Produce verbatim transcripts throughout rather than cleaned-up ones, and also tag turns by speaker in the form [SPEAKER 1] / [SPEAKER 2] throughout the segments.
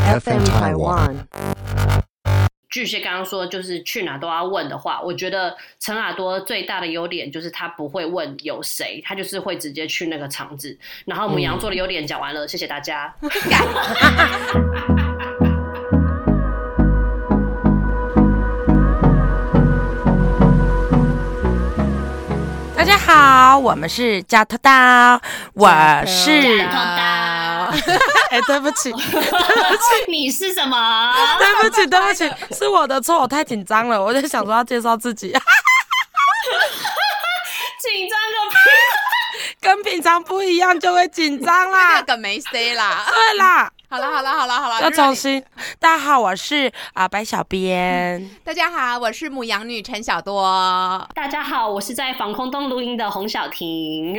[SPEAKER 1] F M Taiwan。
[SPEAKER 2] 巨蟹刚刚说就是去哪都要问的话，我觉得陈耳朵最大的优点就是他不会问有谁，他就是会直接去那个场子。然后母羊座的优点讲完了，嗯、谢谢大家。
[SPEAKER 3] 大家好，我们是加特刀，我是
[SPEAKER 2] 加特刀。
[SPEAKER 3] 哎，对不起，对不起，
[SPEAKER 2] 你是什么？
[SPEAKER 3] 对不起，对不起，是我的错，我太紧张了，我就想说要介绍自己。紧
[SPEAKER 2] 张个屁！
[SPEAKER 3] 跟平常不一样就会紧张啦。
[SPEAKER 4] 那个没 say 啦。
[SPEAKER 3] 对啦。
[SPEAKER 4] 好了好了好了好了，
[SPEAKER 3] 要重新。大家好，我是啊、呃、白小编、嗯。
[SPEAKER 4] 大家好，我是母羊女陈小多。
[SPEAKER 2] 大家好，我是在防空洞录音的洪小婷。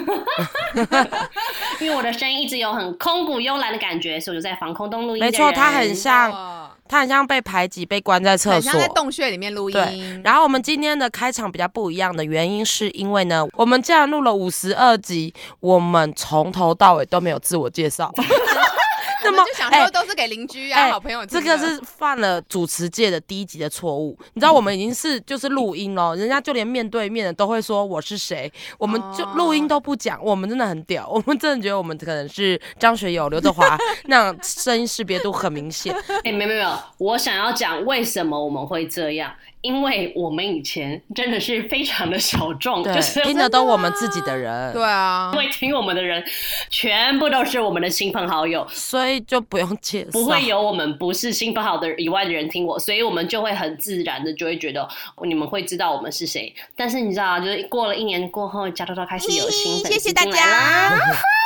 [SPEAKER 2] 因为我的声音一直有很空谷慵懒的感觉，所以我就在防空洞录音。
[SPEAKER 3] 没错，它很像，它很像被排挤、被关在厕所，
[SPEAKER 4] 很像在洞穴里面录音。
[SPEAKER 3] 对。然后我们今天的开场比较不一样的原因，是因为呢，我们既然录了五十二集，我们从头到尾都没有自我介绍。
[SPEAKER 4] 那么就想说都是给邻居啊、欸、好朋友听的。
[SPEAKER 3] 这个是犯了主持界的第一集的错误。你知道我们已经是就是录音了，人家就连面对面的都会说我是谁，我们就录音都不讲，我们真的很屌，我们真的觉得我们可能是张学友、刘德华那样，声音识别度很明显。
[SPEAKER 2] 哎、欸，没有没有，我想要讲为什么我们会这样。因为我们以前真的是非常的小众，就是
[SPEAKER 3] 听的都我们自己的人。
[SPEAKER 4] 对啊，
[SPEAKER 2] 因为听我们的人全部都是我们的亲朋好友，
[SPEAKER 3] 所以就不用介绍，
[SPEAKER 2] 不会有我们不是亲朋好友的以外的人听我，所以我们就会很自然的就会觉得你们会知道我们是谁。但是你知道，就是过了一年过后，加多多开始有新粉丝进来啦。谢谢大家。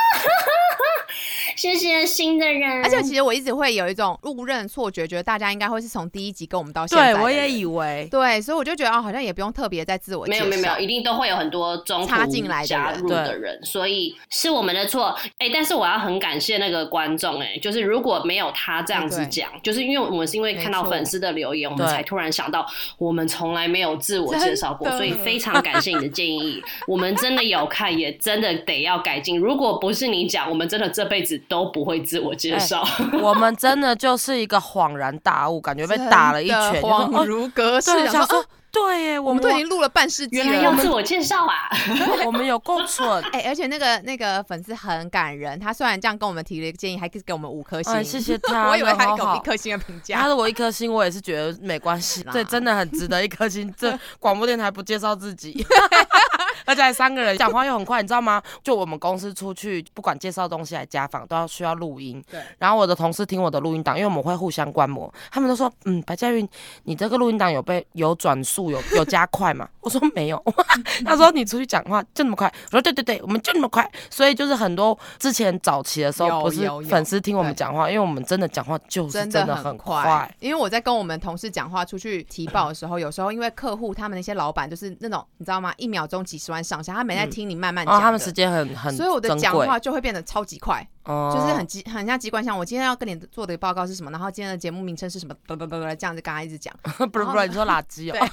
[SPEAKER 2] 谢谢新的人。
[SPEAKER 4] 而且其实我一直会有一种误认错觉，觉得大家应该会是从第一集跟我们到现在的人。
[SPEAKER 3] 对，我也以为。
[SPEAKER 4] 对，所以我就觉得、哦、好像也不用特别再自我介绍。
[SPEAKER 2] 没有没有没有，一定都会有很多中途
[SPEAKER 4] 插进来
[SPEAKER 2] 加入的人，所以是我们的错。哎、欸，但是我要很感谢那个观众，哎，就是如果没有他这样子讲，就是因为我们是因为看到粉丝的留言，我们才突然想到，我们从来没有自我介绍过，所以非常感谢你的建议。我们真的有看，也真的得要改进。如果不是你讲，我们真的这辈子都不会自我介绍、
[SPEAKER 3] 欸。我们真的就是一个恍然大悟，感觉被打了一拳，
[SPEAKER 4] 恍如隔世。
[SPEAKER 3] 想说，对耶，
[SPEAKER 4] 我们都已经录了半世纪了，
[SPEAKER 2] 原来要自我介绍啊！
[SPEAKER 3] 我们有够蠢。
[SPEAKER 4] 哎、欸，而且那个那个粉丝很感人，他虽然这样跟我们提了一个建议，还给我们五颗星、
[SPEAKER 3] 哎，谢谢他。
[SPEAKER 4] 我以为他给我一颗星的评价，
[SPEAKER 3] 他是我一颗星，我也是觉得没关系，对，真的很值得一颗星。这广播电台不介绍自己。而且还三个人讲话又很快，你知道吗？就我们公司出去，不管介绍东西还家访，都要需要录音。
[SPEAKER 4] 对。
[SPEAKER 3] 然后我的同事听我的录音档，因为我们会互相观摩，他们都说：“嗯，白嘉云，你这个录音档有被有转速，有有加快吗？”我说没有。他说：“你出去讲话就那么快？”我说：“对对对，我们就那么快。”所以就是很多之前早期的时候，不是粉丝听我们讲话，因为我们真的讲话就是真的很快。
[SPEAKER 4] 很因为我在跟我们同事讲话，出去提报的时候，有时候因为客户他们那些老板就是那种你知道吗？一秒钟几十万上下，他没在听你慢慢讲、嗯哦，
[SPEAKER 3] 他们时间很很，
[SPEAKER 4] 所以我的讲话就会变得超级快，
[SPEAKER 3] 哦、
[SPEAKER 4] 就是很机很像机关枪。我今天要跟你做的报告是什么？然后今天的节目名称是什么？不不不不，这样子刚才一直讲，
[SPEAKER 3] 不不不，你说垃圾哦。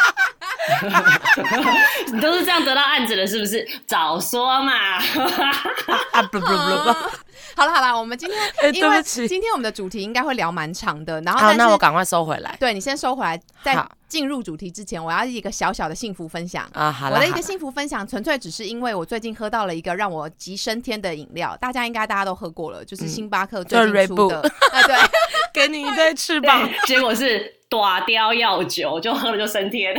[SPEAKER 2] 你都是这样得到案子的，是不是？早说嘛！
[SPEAKER 3] 啊不不不不，
[SPEAKER 4] 好了好了，我们今天、
[SPEAKER 3] 欸、
[SPEAKER 4] 因为今天我们的主题应该会聊蛮长的，然后
[SPEAKER 3] 好，那我赶快收回来。
[SPEAKER 4] 对，你先收回来，在进入主题之前，我要一个小小的幸福分享
[SPEAKER 3] 啊。好了，
[SPEAKER 4] 我的一个幸福分享，纯粹只是因为我最近喝到了一个让我急升天的饮料，大家应该大家都喝过了，就是星巴克最近出的，嗯、啊对，
[SPEAKER 3] 给你一对翅膀，
[SPEAKER 2] 结果是大雕药酒，就喝了就升天。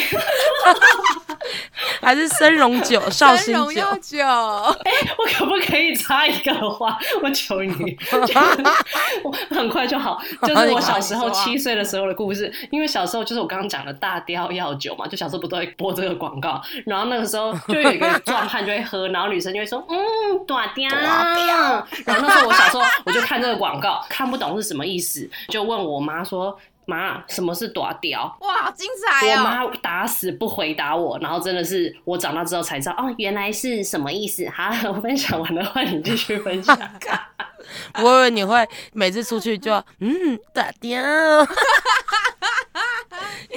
[SPEAKER 3] 还是生荣酒、绍兴酒。
[SPEAKER 4] 生荣药酒，
[SPEAKER 2] 哎、欸，我可不可以插一个话？我求你，我很快就好。就是我小时候七岁的时候的故事，因为小时候就是我刚刚讲的大雕药酒嘛，就小时候不都会播这个广告，然后那个时候就有一个壮汉就会喝，然后女生就会说嗯大雕，然后那时候我小时候我就看这个广告，看不懂是什么意思，就问我妈说。妈，什么是大雕？
[SPEAKER 4] 哇，好精彩哦！
[SPEAKER 2] 我妈打死不回答我，然后真的是我长大之后才知道，哦，原来是什么意思。好，我分享完的话，你继续分享。
[SPEAKER 3] 我以为你会每次出去就嗯大雕，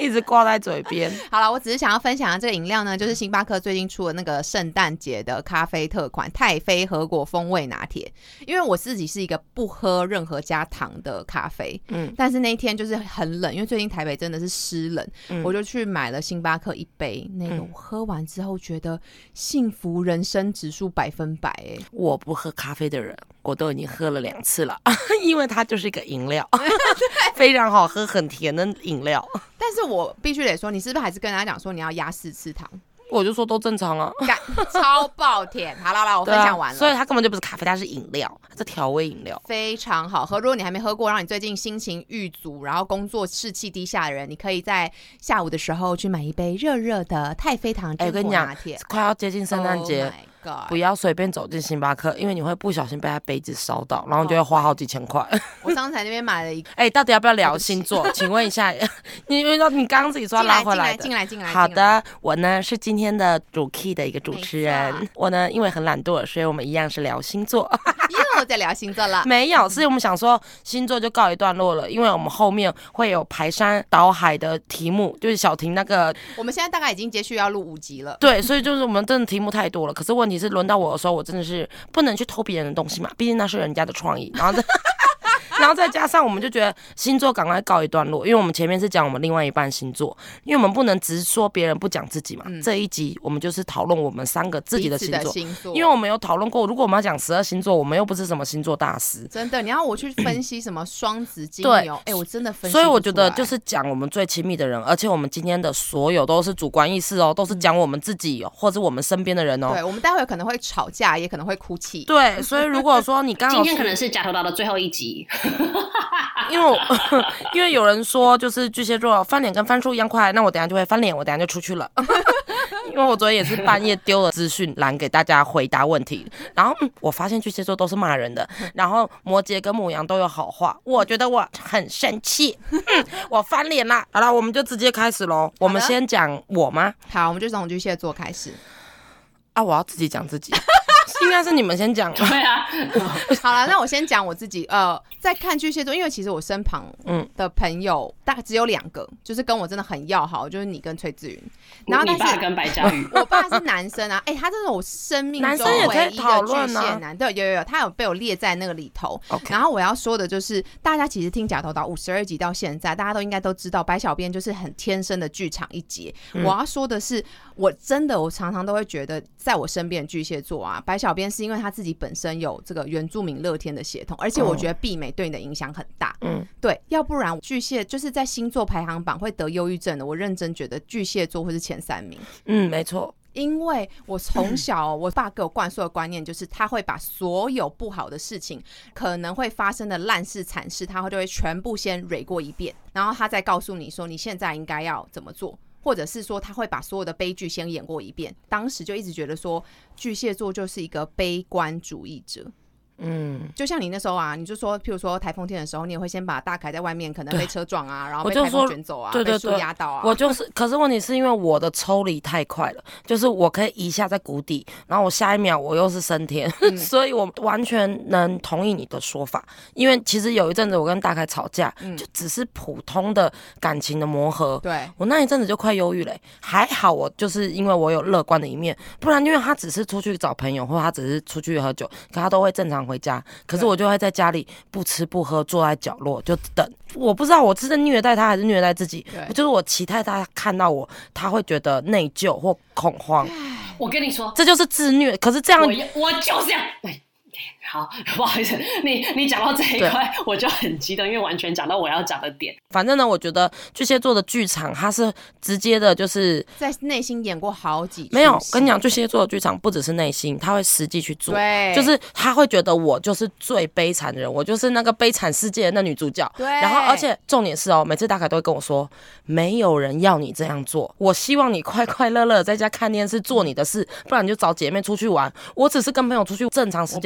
[SPEAKER 3] 一直挂在嘴边。
[SPEAKER 4] 好了，我只是想要分享的这个饮料呢，就是星巴克最近出的那个圣诞节的咖啡特款太妃核果风味拿铁。因为我自己是一个不喝任何加糖的咖啡，嗯，但是那一天就是很冷，因为最近台北真的是湿冷，嗯、我就去买了星巴克一杯，那个我喝完之后觉得幸福人生指数百分百哎、欸。
[SPEAKER 3] 我不喝咖啡的人，我都已经喝了两次了，因为它就是一个饮料，非常好喝，很甜的饮料。
[SPEAKER 4] 但是我必须得说，你是不是还是跟大家讲说你要压四次糖？
[SPEAKER 3] 我就说都正常啊，
[SPEAKER 4] 超爆甜。好啦啦，我分享完了、啊。
[SPEAKER 3] 所以它根本就不是咖啡，它是饮料，它是调味饮料，
[SPEAKER 4] 非常好喝。如果你还没喝过，让你最近心情郁卒，然后工作士气低下的人，你可以在下午的时候去买一杯热热的太妃糖坚果拿铁。
[SPEAKER 3] 快要接近圣诞节。
[SPEAKER 4] Oh、
[SPEAKER 3] 不要随便走进星巴克，因为你会不小心被他杯子烧到，然后你就会花好几千块。
[SPEAKER 4] 我上次在那边买了一个，
[SPEAKER 3] 哎、欸，到底要不要聊星座？请问一下，你因为你刚刚自己说要拉回来的，
[SPEAKER 4] 进来进来。
[SPEAKER 3] 好的，我呢是今天的主 key 的一个主持人，我呢因为很懒惰，所以我们一样是聊星座。
[SPEAKER 4] 又在聊星座了？
[SPEAKER 3] 没有，是我们想说星座就告一段落了，因为我们后面会有排山倒海的题目，就是小婷那个，
[SPEAKER 4] 我们现在大概已经接续要录五集了。
[SPEAKER 3] 对，所以就是我们真的题目太多了。可是问题是轮到我的时候，我真的是不能去偷别人的东西嘛，毕竟那是人家的创意。然后然后再加上我们就觉得星座赶快告一段落，因为我们前面是讲我们另外一半星座，因为我们不能只说别人不讲自己嘛、嗯。这一集我们就是讨论我们三个自己的星座，
[SPEAKER 4] 星座
[SPEAKER 3] 因为我们有讨论过，如果我们要讲十二星座，我们又不是什么星座大师。
[SPEAKER 4] 真的，你要我去分析什么双子、金牛，哎、欸，我真的分析不出来。
[SPEAKER 3] 所以我觉得就是讲我们最亲密的人，而且我们今天的所有都是主观意识哦，都是讲我们自己、哦、或者我们身边的人哦。
[SPEAKER 4] 对，我们待会可能会吵架，也可能会哭泣。
[SPEAKER 3] 对，所以如果说你刚好
[SPEAKER 2] 今天可能是假头刀的最后一集。
[SPEAKER 3] 因为我因为有人说就是巨蟹座翻脸跟翻书一样快，那我等一下就会翻脸，我等一下就出去了。因为我昨天也是半夜丢了资讯栏给大家回答问题，然后、嗯、我发现巨蟹座都是骂人的，然后摩羯跟牡羊都有好话，我觉得我很生气、嗯、我翻脸啦。好了，我们就直接开始咯。我们先讲我吗？
[SPEAKER 4] 好，我们就从巨蟹座开始
[SPEAKER 3] 啊。我要自己讲自己。应该是你们先讲。
[SPEAKER 2] 对啊。
[SPEAKER 4] 好了，那我先讲我自己。呃，在看巨蟹座，因为其实我身旁的朋友大概只有两个，就是跟我真的很要好，就是你跟崔志云。然后
[SPEAKER 2] 你爸跟白嘉瑜。
[SPEAKER 4] 我爸是男生啊，哎、欸，他真是我生命中唯一的巨蟹男。对，有有有，他有被我列在那个里头。Okay. 然后我要说的就是，大家其实听假头岛五十二集到现在，大家都应该都知道，白小编就是很天生的剧场一姐、嗯。我要说的是，我真的我常常都会觉得，在我身边的巨蟹座啊，白小编是因为他自己本身有这个原住民乐天的血统，而且我觉得碧美对你的影响很大。嗯，对，要不然巨蟹就是在星座排行榜会得忧郁症的，我认真觉得巨蟹座会是前三名。
[SPEAKER 3] 嗯，没错。
[SPEAKER 4] 因为我从小、哦、我爸给我灌输的观念就是他会把所有不好的事情可能会发生的烂事惨事他就会全部先蕊过一遍，然后他再告诉你说你现在应该要怎么做，或者是说他会把所有的悲剧先演过一遍。当时就一直觉得说巨蟹座就是一个悲观主义者。嗯，就像你那时候啊，你就说譬如说台风天的时候，你也会先把大凯在外面可能被车撞啊，然后被台风卷走啊，
[SPEAKER 3] 对对对，
[SPEAKER 4] 被树压到啊。
[SPEAKER 3] 我就是可是问题是因为我的抽离太快了，就是我可以一下在谷底，然后我下一秒我又是升天、嗯、所以我完全能同意你的说法。因为其实有一阵子我跟大凯吵架、嗯、就只是普通的感情的磨合，对，我那一阵子就快忧郁了、欸、还好我就是因为我有乐观的一面，不然因为他只是出去找朋友，或者他只是出去喝酒，可他都会正常回家，可是我就会在家里不吃不喝，坐在角落就等。我不知道我是在虐待他还是虐待自己，就是我期待他看到我，他会觉得内疚或恐慌。
[SPEAKER 2] 我跟你说，
[SPEAKER 3] 这就是自虐。可是这样，
[SPEAKER 2] 我我就是这样。好，不好意思，你你讲到这一块，我就很激动，因为完全讲到我要讲的点。
[SPEAKER 3] 反正呢，我觉得巨蟹座的剧场，它是直接的，就是
[SPEAKER 4] 在内心演过好几出。
[SPEAKER 3] 没有，跟你讲，巨蟹座的剧场不只是内心，他会实际去做。对，就是他会觉得我就是最悲惨的人，我就是那个悲惨世界的那女主角。对，然后而且重点是哦，每次大凯都会跟我说，没有人要你这样做，我希望你快快乐乐在家看电视，做你的事，不然你就找姐妹出去玩。我只是跟朋友出去，正常时间会回。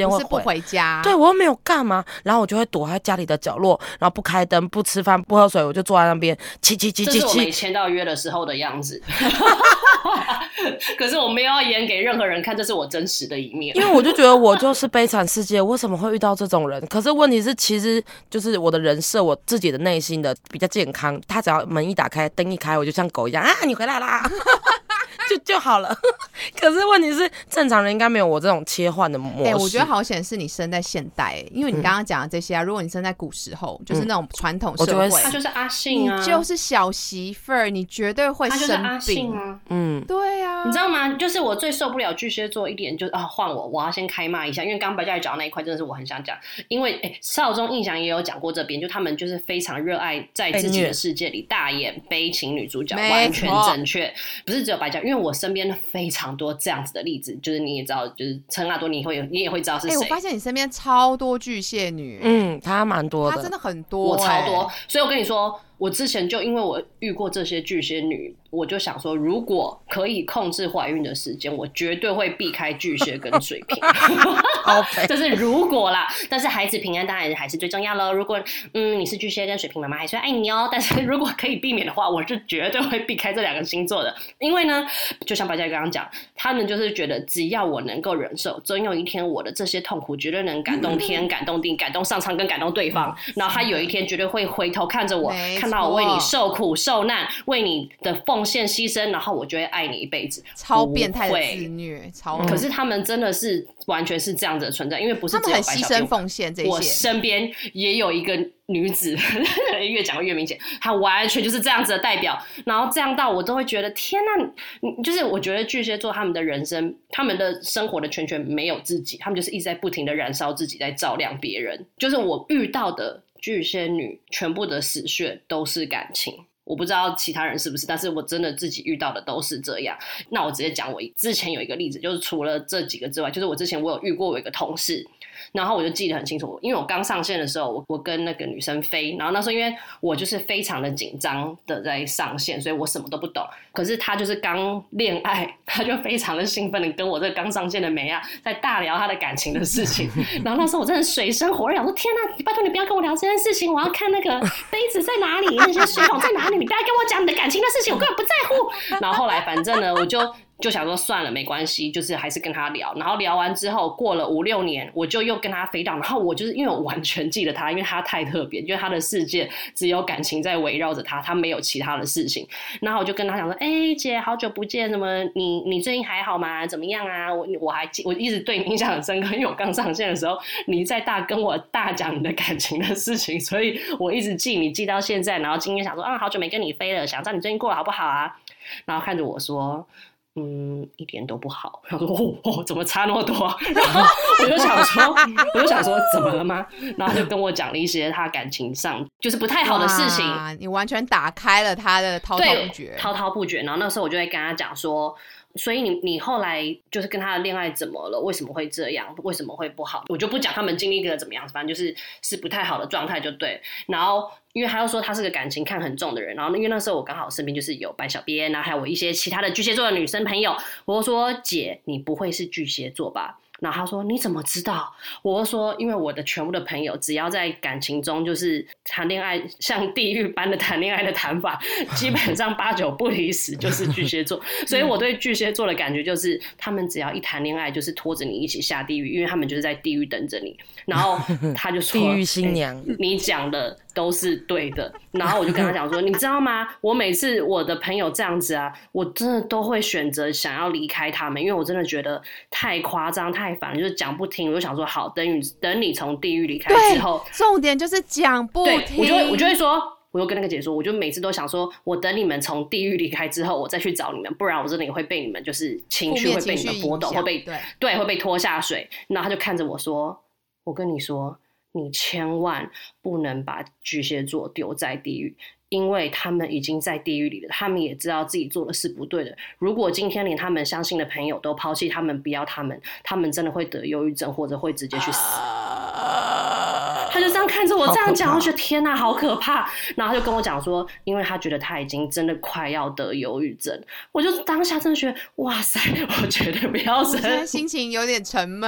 [SPEAKER 4] 回家，
[SPEAKER 3] 对我又没有干嘛，然后我就会躲在家里的角落，然后不开灯、不吃饭、不喝水，我就坐在那边气气气气气。
[SPEAKER 2] 这是我没签到约的时候的样子。可是我没有要演给任何人看，这是我真实的一面。
[SPEAKER 3] 因为我就觉得我就是悲惨世界，为什么会遇到这种人？可是问题是，其实就是我的人设，我自己的内心的比较健康。他只要门一打开，灯一开，我就像狗一样啊，你回来啦。就就好了。可是问题是，正常人应该没有我这种切换的模式。
[SPEAKER 4] 哎、欸，我觉得好险是你生在现代、欸，因为你刚刚讲的这些啊，嗯、如果你生在古时候，就是那种传统社会，
[SPEAKER 2] 他就是阿信啊，
[SPEAKER 4] 你就是小媳妇儿，你绝对会生病。他就是
[SPEAKER 2] 阿信啊，
[SPEAKER 3] 嗯，
[SPEAKER 4] 对啊，
[SPEAKER 2] 你知道吗？就是我最受不了巨蟹座一点，就是啊，换我，我要先开骂一下，因为刚刚白嘉怡讲的那一块真的是我很想讲，因为哎，少中印象也有讲过这边，就他们就是非常热爱在自己的世界里大演悲情女主角，完全正确，不是只有白嘉怡，因为我身边非常多这样子的例子，就是你也知道，就是陈纳多，你会有，你也会知道是谁。
[SPEAKER 4] 哎、欸，我发现你身边超多巨蟹女，
[SPEAKER 3] 嗯，她蛮多的，
[SPEAKER 4] 她真的很多、欸，
[SPEAKER 2] 我超多，所以我跟你说。我之前就因为我遇过这些巨蟹女，我就想说，如果可以控制怀孕的时间，我绝对会避开巨蟹跟水瓶。这是如果啦，但是孩子平安当然还是最重要咯。如果嗯你是巨蟹跟水瓶，妈妈还是会爱你哦。但是如果可以避免的话，我是绝对会避开这两个星座的，因为呢，就像白嘉怡刚刚讲，他们就是觉得只要我能够忍受，总有一天我的这些痛苦绝对能感动天、感动地、感动上苍跟感动对方，然后他有一天绝对会回头看着我，看到我为你受苦受难，为你的奉献牺牲，然后我就会爱你一辈子。
[SPEAKER 4] 超变态的自虐，超、
[SPEAKER 2] 嗯。可是他们真的是完全是这样子的存在，因为不是只有白小
[SPEAKER 4] 他们很牺牲奉献这些。
[SPEAKER 2] 我身边也有一个女子，越讲越明显，她完全就是这样子的代表。然后这样到我都会觉得天哪，你就是我觉得巨蟹座他们的人生，他们的生活的圈圈没有自己，他们就是一直在不停的燃烧自己，在照亮别人。就是我遇到的。巨蟹女全部的死穴都是感情，我不知道其他人是不是，但是我真的自己遇到的都是这样。那我直接讲，我之前有一个例子，就是除了这几个之外，就是我之前我有遇过我一个同事，然后我就记得很清楚，因为我刚上线的时候，我我跟那个女生飞，然后那时候因为我就是非常的紧张的在上线，所以我什么都不懂。可是她就是刚恋爱，她就非常的兴奋的跟我这个刚上线的妹啊，在大聊她的感情的事情。然后那时候我真的水深火热，想说天哪，拜托你不要跟我聊这件事情，我要看那个杯子在哪里，那些水桶在哪里，你不要跟我讲你的感情的事情，我根本不在乎。然后后来反正呢，我就。就想说算了没关系，就是还是跟他聊，然后聊完之后过了五六年，我就又跟他飞到，然后我就是因为我完全记得他，因为他太特别，因为他的世界只有感情在围绕着他，他没有其他的事情。然后我就跟他讲说，哎、欸、姐好久不见，什么你你最近还好吗？怎么样啊？我我还我一直对你印象很深刻，因为我刚上线的时候你在大跟我大讲你的感情的事情，所以我一直记你记到现在。然后今天想说啊好久没跟你飞了，想知道你最近过得好不好啊？然后看着我说。嗯，一点都不好。他说：“哦哦，怎么差那么多？”然后我就想说，我就想说，怎么了吗？然后他就跟我讲了一些他感情上就是不太好的事情。
[SPEAKER 4] 你完全打开了他的滔滔不绝，
[SPEAKER 2] 滔滔不绝。然后那时候我就会跟他讲说。所以你你后来就是跟他的恋爱怎么了？为什么会这样？为什么会不好？我就不讲他们经历了怎么样，反正就是是不太好的状态就对。然后因为他又说他是个感情看很重的人，然后因为那时候我刚好身边就是有白小编，然后还有我一些其他的巨蟹座的女生朋友，我就说姐，你不会是巨蟹座吧？然后他说你怎么知道？我就说因为我的全部的朋友只要在感情中就是谈恋爱像地狱般的谈恋爱的谈法，基本上八九不离十就是巨蟹座。所以我对巨蟹座的感觉就是他们只要一谈恋爱就是拖着你一起下地狱，因为他们就是在地狱等着你。然后他就说
[SPEAKER 3] 地狱新娘、
[SPEAKER 2] 欸、你讲的都是对的。然后我就跟他讲说你知道吗，我每次我的朋友这样子啊，我真的都会选择想要离开他们，因为我真的觉得太夸张太烦，就是讲不听。我就想说好，等你等你从地狱离开之后，
[SPEAKER 4] 重点就是讲不听。
[SPEAKER 2] 对，我就会我就会说，我就跟那个姐说，我就每次都想说，我等你们从地狱离开之后，我再去找你们，不然我真的也会被你们就是情绪会被你们波动，会被 对, 对会被拖下水。然后他就看着我说，我跟你说，你千万不能把巨蟹座丢在地狱。因为他们已经在地狱里了，他们也知道自己做的是不对的。如果今天连他们相信的朋友都抛弃他们，不要他们，他们真的会得忧郁症，或者会直接去死。他就这样看着我这样讲，我觉得天哪，好可怕。然后他就跟我讲说，因为他觉得他已经真的快要得忧郁症。我就当下真的觉得，哇塞，我绝对不要生。
[SPEAKER 4] 我现在心情有点沉闷。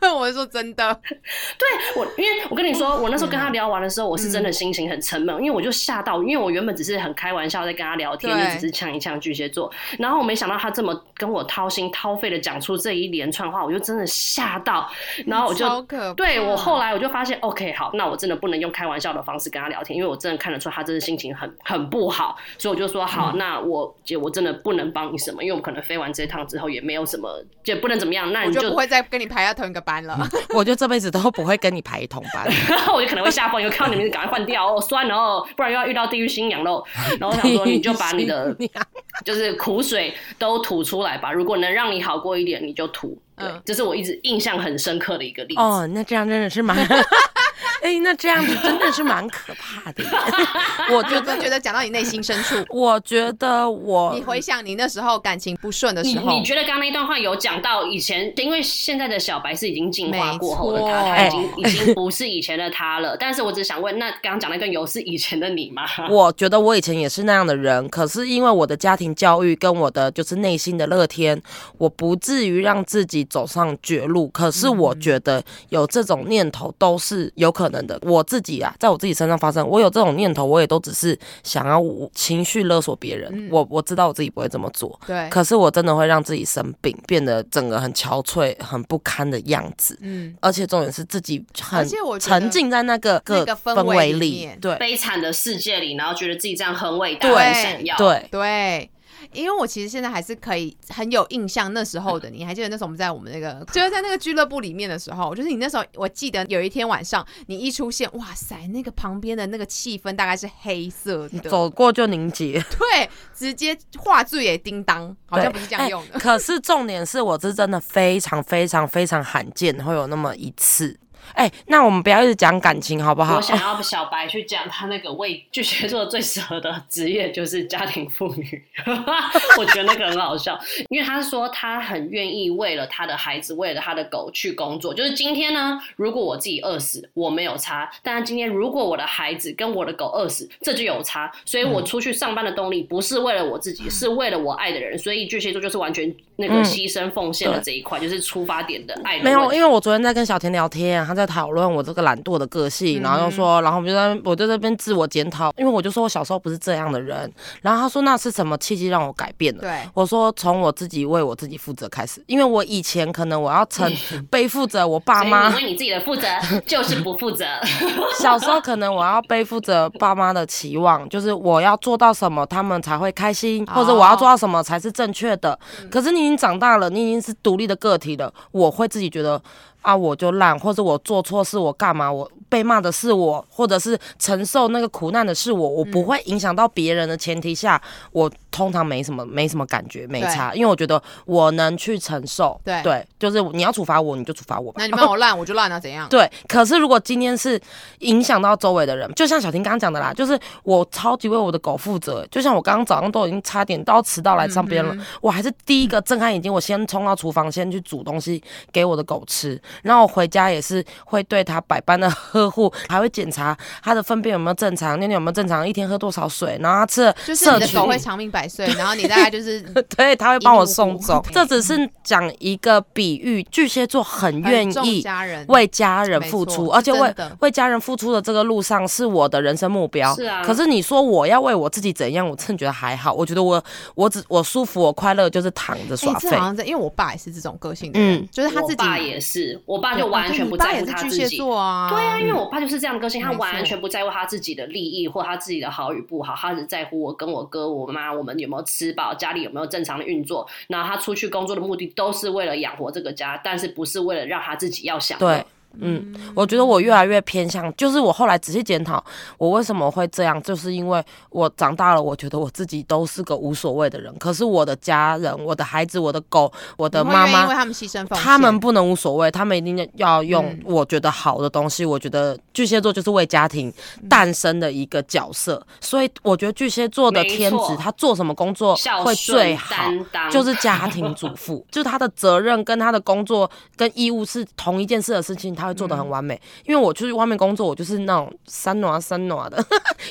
[SPEAKER 4] 我是说真的，
[SPEAKER 2] 对我，因为我跟你说，我那时候跟他聊完的时候，我是真的心情很沉闷，因为我就吓到，因为我原本只是很开玩笑在跟他聊天，就只是呛一呛巨蟹座，然后我没想到他这么跟我掏心掏肺的讲出这一连串话，我就真的吓到，然后我就对我后来我就发现 ，OK， 好，那我真的不能用开玩笑的方式跟他聊天，因为我真的看得出他真的心情很很不好，所以我就说好，嗯、那我姐我真的不能帮你什么，因为我们可能飞完这趟之后也没有什么，也不能怎么样，那你
[SPEAKER 4] 就,
[SPEAKER 2] 就
[SPEAKER 4] 不会再跟你排在同一个班了。
[SPEAKER 3] 嗯、我就这辈子都不会跟你排一同班，
[SPEAKER 2] 我就可能会下风，因为看到你们赶快换掉哦，酸了哦，不然又要遇到地狱新娘喽。然后我想说，你就把你的就是苦水都吐出来吧，如果能让你好过一点，你就吐。对，嗯、这是我一直印象很深刻的一个例子。
[SPEAKER 3] 哦，那这样真的是蛮，哎、欸，那这样子真的是蛮可怕的。
[SPEAKER 4] 我就真觉得讲到你内心深处，
[SPEAKER 3] 我觉得我，
[SPEAKER 4] 你回想你那时候感情不顺的时候，
[SPEAKER 2] 你, 你觉得刚刚那段话有讲到以前，因为现在的小白是已经进化过后的他，他已经、欸、已经不是以前的他了。但是我只想问，那刚刚讲那段有是以前的你吗？
[SPEAKER 3] 我觉得我以前也是那样的人，可是因为我的家庭教育跟我的就是内心的乐天，我不至于让自己走上绝路。可是我觉得有这种念头都是有可能的。我自己啊，在我自己身上发生，我有这种念头，我也都只是想要情绪勒索别人。嗯、我我知道我自己不会这么做，对。可是我真的会让自己生病，变得整个很憔悴、很不堪的样子。嗯，而且重点是自己很沉浸在那个个氛围里，对，
[SPEAKER 2] 悲惨的世界里，然后觉得自己这样很伟大，很想要，
[SPEAKER 3] 对
[SPEAKER 4] 对。因为我其实现在还是可以很有印象那时候的你，还记得那时候我们在我们那个就是在那个俱乐部里面的时候，就是你那时候我记得有一天晚上你一出现，哇塞，那个旁边的那个气氛大概是黑色的，
[SPEAKER 3] 走过就凝结，
[SPEAKER 4] 对，直接话剧也叮当，好像不是这样用的。
[SPEAKER 3] 欸、可是重点是我是真的非常非常非常罕见会有那么一次。哎、欸，那我们不要一直讲感情好不好？
[SPEAKER 2] 我想要小白去讲他那个为巨蟹座最适合的职业就是家庭妇女，我觉得那个很好笑，因为他说他很愿意为了他的孩子，为了他的狗去工作。就是今天呢，如果我自己饿死，我没有差；但是今天如果我的孩子跟我的狗饿死，这就有差。所以我出去上班的动力不是为了我自己，是为了我爱的人。所以巨蟹座就是完全那个牺牲奉献的这一块、嗯，就是出发点的爱的。
[SPEAKER 3] 没有，因为我昨天在跟小田聊天，他在讨论我这个懒惰的个性，然后又说，然后我就在我就在那边自我检讨，因为我就说我小时候不是这样的人，然后他说那是什么契机让我改变了？对，我说从我自己为我自己负责开始，因为我以前可能我要承背负着我爸妈，
[SPEAKER 2] 所以你为你自己的负责就是不负责。
[SPEAKER 3] 小时候可能我要背负着爸妈的期望，就是我要做到什么他们才会开心，或者我要做到什么才是正确的。可是你已经长大了，你已经是独立的个体了，我会自己觉得。啊，我就烂，或者我做错事，我干嘛？我被骂的是我，或者是承受那个苦难的是我，我不会影响到别人的前提下，我通常没什么没什么感觉，没差，因为我觉得我能去承受。对，对，就是你要处罚我，你就处罚我吧。
[SPEAKER 4] 那你骂我烂，我就烂啊，怎样？
[SPEAKER 3] 对。可是如果今天是影响到周围的人，就像小婷刚刚讲的啦，就是我超级为我的狗负责。就像我刚刚早上都已经差点到迟到来上边了、嗯，我还是第一个睁开眼睛，我先冲到厨房，先去煮东西给我的狗吃。然后我回家也是会对他百般的呵护，还会检查他的粪便有没有正常，尿尿有没有正常，一天喝多少水，然后他吃的
[SPEAKER 4] 就是你的狗会长命百岁，然后你大概就是
[SPEAKER 3] 对，他会帮我送走。这只是讲一个比喻，巨蟹座很愿意为家人付出，而且为为家人付出的这个路上是我的人生目标。是啊。可是你说我要为我自己怎样，我真的觉得还好。我觉得我我只我舒服，我快乐就是躺着耍废。
[SPEAKER 4] 欸、好像在，因为我爸也是这种个性的人，嗯，就是他自己。
[SPEAKER 2] 我爸也是，我爸就完全不在乎他自己。
[SPEAKER 4] 巨蟹座啊，
[SPEAKER 2] 对啊，因为我爸就是这样的个性，他完全不在乎他自己的利益或他自己的好与不好，他只在乎我跟我哥、我妈我们有没有吃饱，家里有没有正常的运作。然后他出去工作的目的都是为了养活这个家，但是不是为了让他自己要享乐。对。
[SPEAKER 3] 嗯，我觉得我越来越偏向，就是我后来仔细检讨，我为什么会这样，就是因为我长大了，我觉得我自己都是个无所谓的人，可是我的家人、我的孩子、我的狗、我的妈妈，
[SPEAKER 4] 因为他们牺牲奉献，
[SPEAKER 3] 他们不能无所谓，他们一定要用我觉得好的东西。嗯、我觉得巨蟹座就是为家庭诞生的一个角色，嗯、所以我觉得巨蟹座的天职，他做什么工作会最好，就是家庭主妇，就是他的责任跟他的工作跟义务是同一件事的事情。他会做得很完美、嗯，因为我去外面工作，我就是那种三暖三暖的，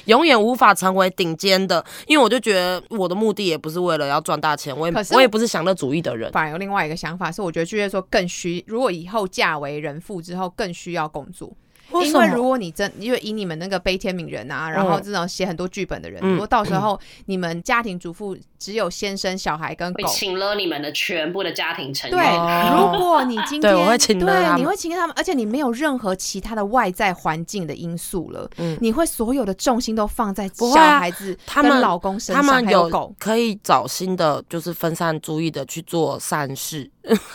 [SPEAKER 3] 永远无法成为顶尖的，因为我就觉得我的目的也不是为了要赚大钱，我也我也不是享乐主义的人。
[SPEAKER 4] 反而有另外一个想法是，我觉得巨蟹座更需，如果以后嫁为人妇之后，更需要工作。因为如果你真，因为以你们那个悲天悯人啊，然后这种写很多剧本的人，嗯、如果到时候你们家庭主妇只有先生、小孩跟狗，
[SPEAKER 2] 会请了你们的全部的家庭成员。
[SPEAKER 4] 对，哦、如果你今天
[SPEAKER 3] 对我会请了他们，
[SPEAKER 4] 对，你会请了他们，而且你没有任何其他的外在环境的因素了，嗯、你会所有的重心都放在小孩子、跟老公身上，
[SPEAKER 3] 他们
[SPEAKER 4] 有狗，
[SPEAKER 3] 可以找新的就是分散注意的去做善事。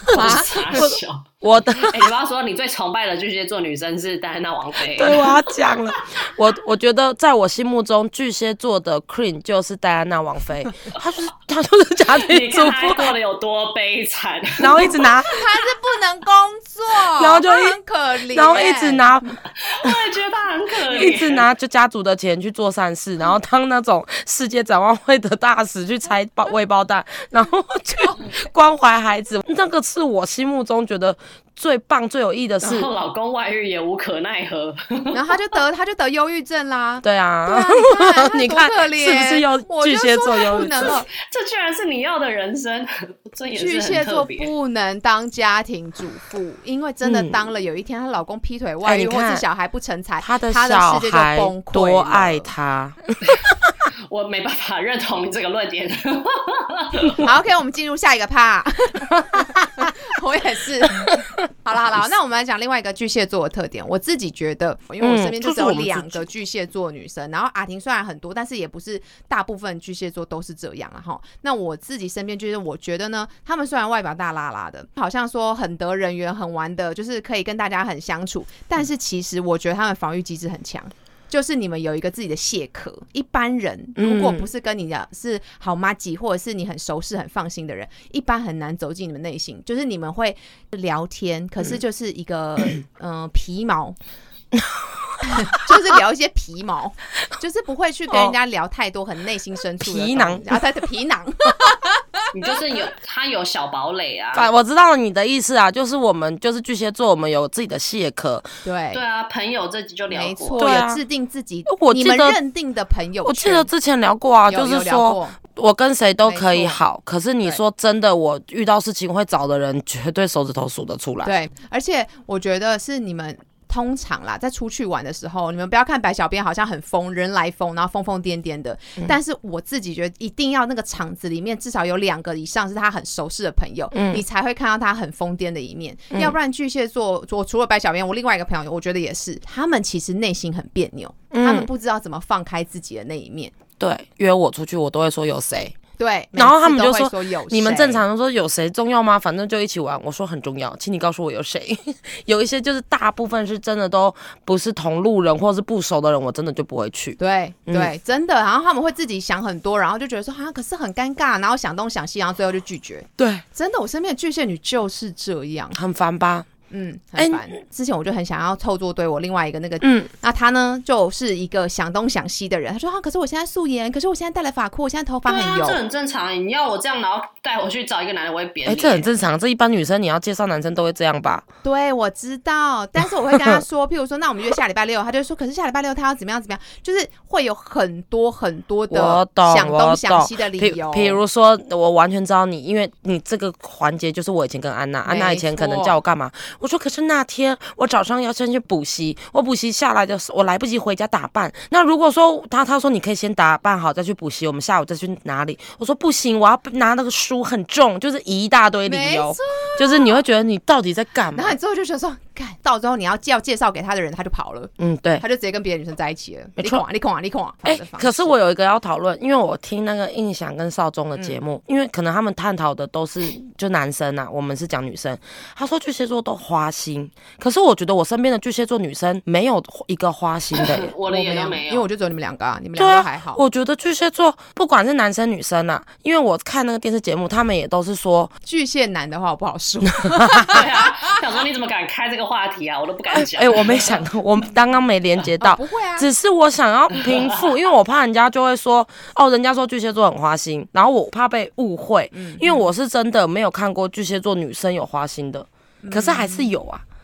[SPEAKER 3] 我的，
[SPEAKER 2] 哎、欸，你不要说你最崇拜的巨蟹座女生是戴安娜王妃。
[SPEAKER 3] 对，我要讲了。我我觉得在我心目中，巨蟹座的 Queen 就是戴安娜王妃，她就是她就是家庭主妇，
[SPEAKER 2] 你看她过得有多悲惨，
[SPEAKER 3] 然后一直拿，
[SPEAKER 4] 她是不能工作，
[SPEAKER 3] 然后就
[SPEAKER 4] 很可怜，
[SPEAKER 3] 然后一直拿，
[SPEAKER 2] 我也觉得她很可怜，
[SPEAKER 3] 一直拿就家族的钱去做善事，然后当那种世界展望会的大使去拆包未包蛋，然后去关怀孩子。那个是我心目中觉得最棒最有意义的事。
[SPEAKER 2] 然后老公外遇也无可奈何，
[SPEAKER 4] 然后他就得他就得忧郁症啦。
[SPEAKER 3] 对啊，
[SPEAKER 4] 对啊，
[SPEAKER 3] 你看是不是有巨蟹座忧郁症？
[SPEAKER 2] 这居然是你要的人生，这也是
[SPEAKER 4] 巨蟹座不能当家庭主妇，因为真的当了，有一天她老公劈腿外遇，或是小孩不成才，
[SPEAKER 3] 她的
[SPEAKER 4] 小孩
[SPEAKER 3] 多爱他。
[SPEAKER 2] 我没办法认同你这个论点。
[SPEAKER 4] 好 ，OK， 我们进入下一个趴。我也是。好了好了，那我们来讲另外一个巨蟹座的特点。我自己觉得，因为我身边就只有两个巨蟹座女生，嗯、然后阿婷虽然很多，但是也不是大部分巨蟹座都是这样了哈。那我自己身边就是我觉得呢，他们虽然外表大拉拉的，好像说很得人缘、很玩的，就是可以跟大家很相处，但是其实我觉得他们防御机制很强。就是你们有一个自己的蟹壳，一般人如果不是跟你的是好麻吉，或者是你很熟识、很放心的人，一般很难走进你们内心。就是你们会聊天，可是就是一个嗯、呃、皮毛。就是聊一些皮毛，就是不会去跟人家聊太多很内心深处的
[SPEAKER 3] 皮囊，
[SPEAKER 4] 然后他的皮囊。
[SPEAKER 2] 你就是有他有小堡垒啊！
[SPEAKER 3] 我知道你的意思啊，就是我们就是巨蟹座，我们有自己的蟹壳。
[SPEAKER 4] 对
[SPEAKER 2] 对啊，朋友这集就聊过，
[SPEAKER 4] 没错、啊，有制定自己
[SPEAKER 3] 我
[SPEAKER 4] 你们认定的朋友圈。
[SPEAKER 3] 我记得之前聊过啊，就是说我跟谁都可以好，可是你说真的，我遇到事情会找的人，绝对手指头数得出来。
[SPEAKER 4] 对，而且我觉得是你们。通常啦，在出去玩的时候，你们不要看白小编好像很疯，人来疯，然后疯疯癫癫的、嗯。但是我自己觉得，一定要那个场子里面至少有两个以上是他很熟识的朋友，嗯、你才会看到他很疯癫的一面、嗯。要不然巨蟹座，我除了白小编，我另外一个朋友，我觉得也是，他们其实内心很别扭、嗯，他们不知道怎么放开自己的那一面。
[SPEAKER 3] 对，约我出去，我都会说有谁。
[SPEAKER 4] 对，
[SPEAKER 3] 然后他们就说：“
[SPEAKER 4] 说
[SPEAKER 3] 你们正常的说有谁重要吗？反正就一起玩。”我说很重要，请你告诉我有谁。有一些就是大部分是真的都不是同路人或是不熟的人，我真的就不会去。
[SPEAKER 4] 对对、嗯，真的。然后他们会自己想很多，然后就觉得说啊，可是很尴尬，然后想东想西，然后最后就拒绝。
[SPEAKER 3] 对，
[SPEAKER 4] 真的，我身边的巨蟹女就是这样，
[SPEAKER 3] 很烦吧？
[SPEAKER 4] 嗯，很烦、欸。之前我就很想要凑作对我另外一个那个，嗯，那他呢就是一个想东想西的人。他说啊，可是我现在素颜，可是我现在戴了发箍，我现在头发很油，
[SPEAKER 2] 啊、这很正常。你要我这样，然后带我去找一个男人，我会扁你。
[SPEAKER 3] 哎、欸，这很正常。这一般女生你要介绍男生都会这样吧？
[SPEAKER 4] 对，我知道。但是我会跟他说，譬如说，那我们约下礼拜六，他就说，可是下礼拜六他要怎么样怎么样，就是会有很多很多的想东想西的理由。
[SPEAKER 3] 比如说，我完全知道你，因为你这个环节就是我以前跟安娜，安娜以前可能叫我干嘛，我说可是那天。我早上要先去补习，我补习下来的时候，我来不及回家打扮。那如果说他他说你可以先打扮好再去补习，我们下午再去哪里？我说不行，我要拿那个书很重，就是一大堆理由，就是你会觉得你到底在干嘛？
[SPEAKER 4] 然后你之后就觉得说，干到之后你要要介绍给他的人，他就跑了。嗯，
[SPEAKER 3] 对，
[SPEAKER 4] 他就直接跟别的女生在一起了。
[SPEAKER 3] 没错，
[SPEAKER 4] 你控啊，你控啊，
[SPEAKER 3] 哎、欸，可是我有一个要讨论，因为我听那个印象跟少宗的节目、嗯，因为可能他们探讨的都是就男生啊，我们是讲女生。他说巨蟹座都花心。可是我觉得我身边的巨蟹座女生没有一个花心的耶，
[SPEAKER 2] 我的也都没有，
[SPEAKER 4] 因为我就只有你们两个啊，你们两个还好。
[SPEAKER 3] 啊、我觉得巨蟹座不管是男生女生啊，因为我看那个电视节目，他们也都是说
[SPEAKER 4] 巨蟹男的话我不好说。
[SPEAKER 2] 对啊，想说你怎么敢开这个话题啊，我都不敢讲。
[SPEAKER 3] 哎、欸，我没想到，我刚刚没连接到、
[SPEAKER 4] 哦，不会啊，
[SPEAKER 3] 只是我想要平复，因为我怕人家就会说哦，人家说巨蟹座很花心，然后我怕被误会，嗯、因为我是真的没有看过巨蟹座女生有花心的，可是还是有啊。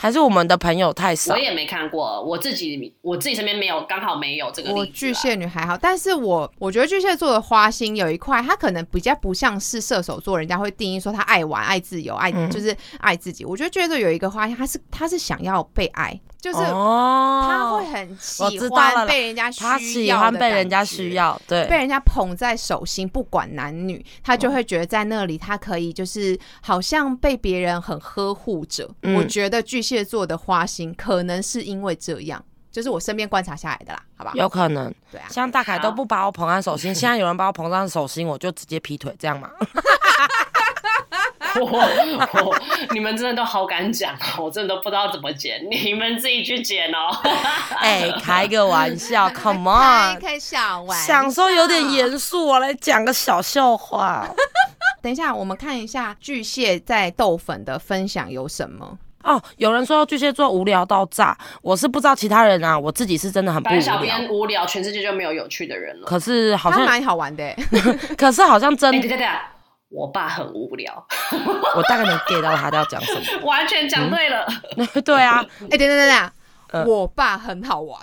[SPEAKER 3] 还是我们的朋友太少？
[SPEAKER 2] 我也没看过，我自己我自己身边没有，刚好没有这个例子。
[SPEAKER 4] 我巨蟹女还好，但是我我觉得巨蟹座的花心有一块，它可能比较不像是射手座，人家会定义说他爱玩、爱自由、爱、嗯、就是爱自己。我觉得巨蟹座有一个花心，他是他是想要被爱。就是他会很喜欢被人家需要的感觉，他喜欢
[SPEAKER 3] 被人家需要，对，
[SPEAKER 4] 被人家捧在手心，不管男女，他就会觉得在那里他可以就是好像被别人很呵护着。嗯、我觉得巨蟹座的花心可能是因为这样，就是我身边观察下来的啦，好吧？
[SPEAKER 3] 有可能，
[SPEAKER 4] 对啊，
[SPEAKER 3] 像大凯都不把我捧在手心，现在有人把我捧在手心，我就直接劈腿，这样嘛？
[SPEAKER 2] 我我你们真的都好敢讲，我真的都不知道怎么剪，你们自己去剪哦。
[SPEAKER 3] 哎、欸，开个玩笑 ，Come on，
[SPEAKER 4] 开小玩笑，
[SPEAKER 3] 想说有点严肃，我来讲个小笑话。
[SPEAKER 4] 等一下，我们看一下巨蟹在豆粉的分享有什么。
[SPEAKER 3] 哦，有人说巨蟹座无聊到炸，我是不知道其他人啊，我自己是真的很不无聊。
[SPEAKER 2] 小编无聊，全世界就没有有趣的人了。
[SPEAKER 3] 可是好像
[SPEAKER 4] 他蛮好玩的，
[SPEAKER 3] 可是好像真的。
[SPEAKER 2] 欸，对对对，我爸很无聊。
[SPEAKER 3] 我大概能 get 到他要讲什么，
[SPEAKER 2] 完全讲对了。
[SPEAKER 3] 嗯、对啊，
[SPEAKER 4] 哎、欸，等等等等。呃、我爸很好玩。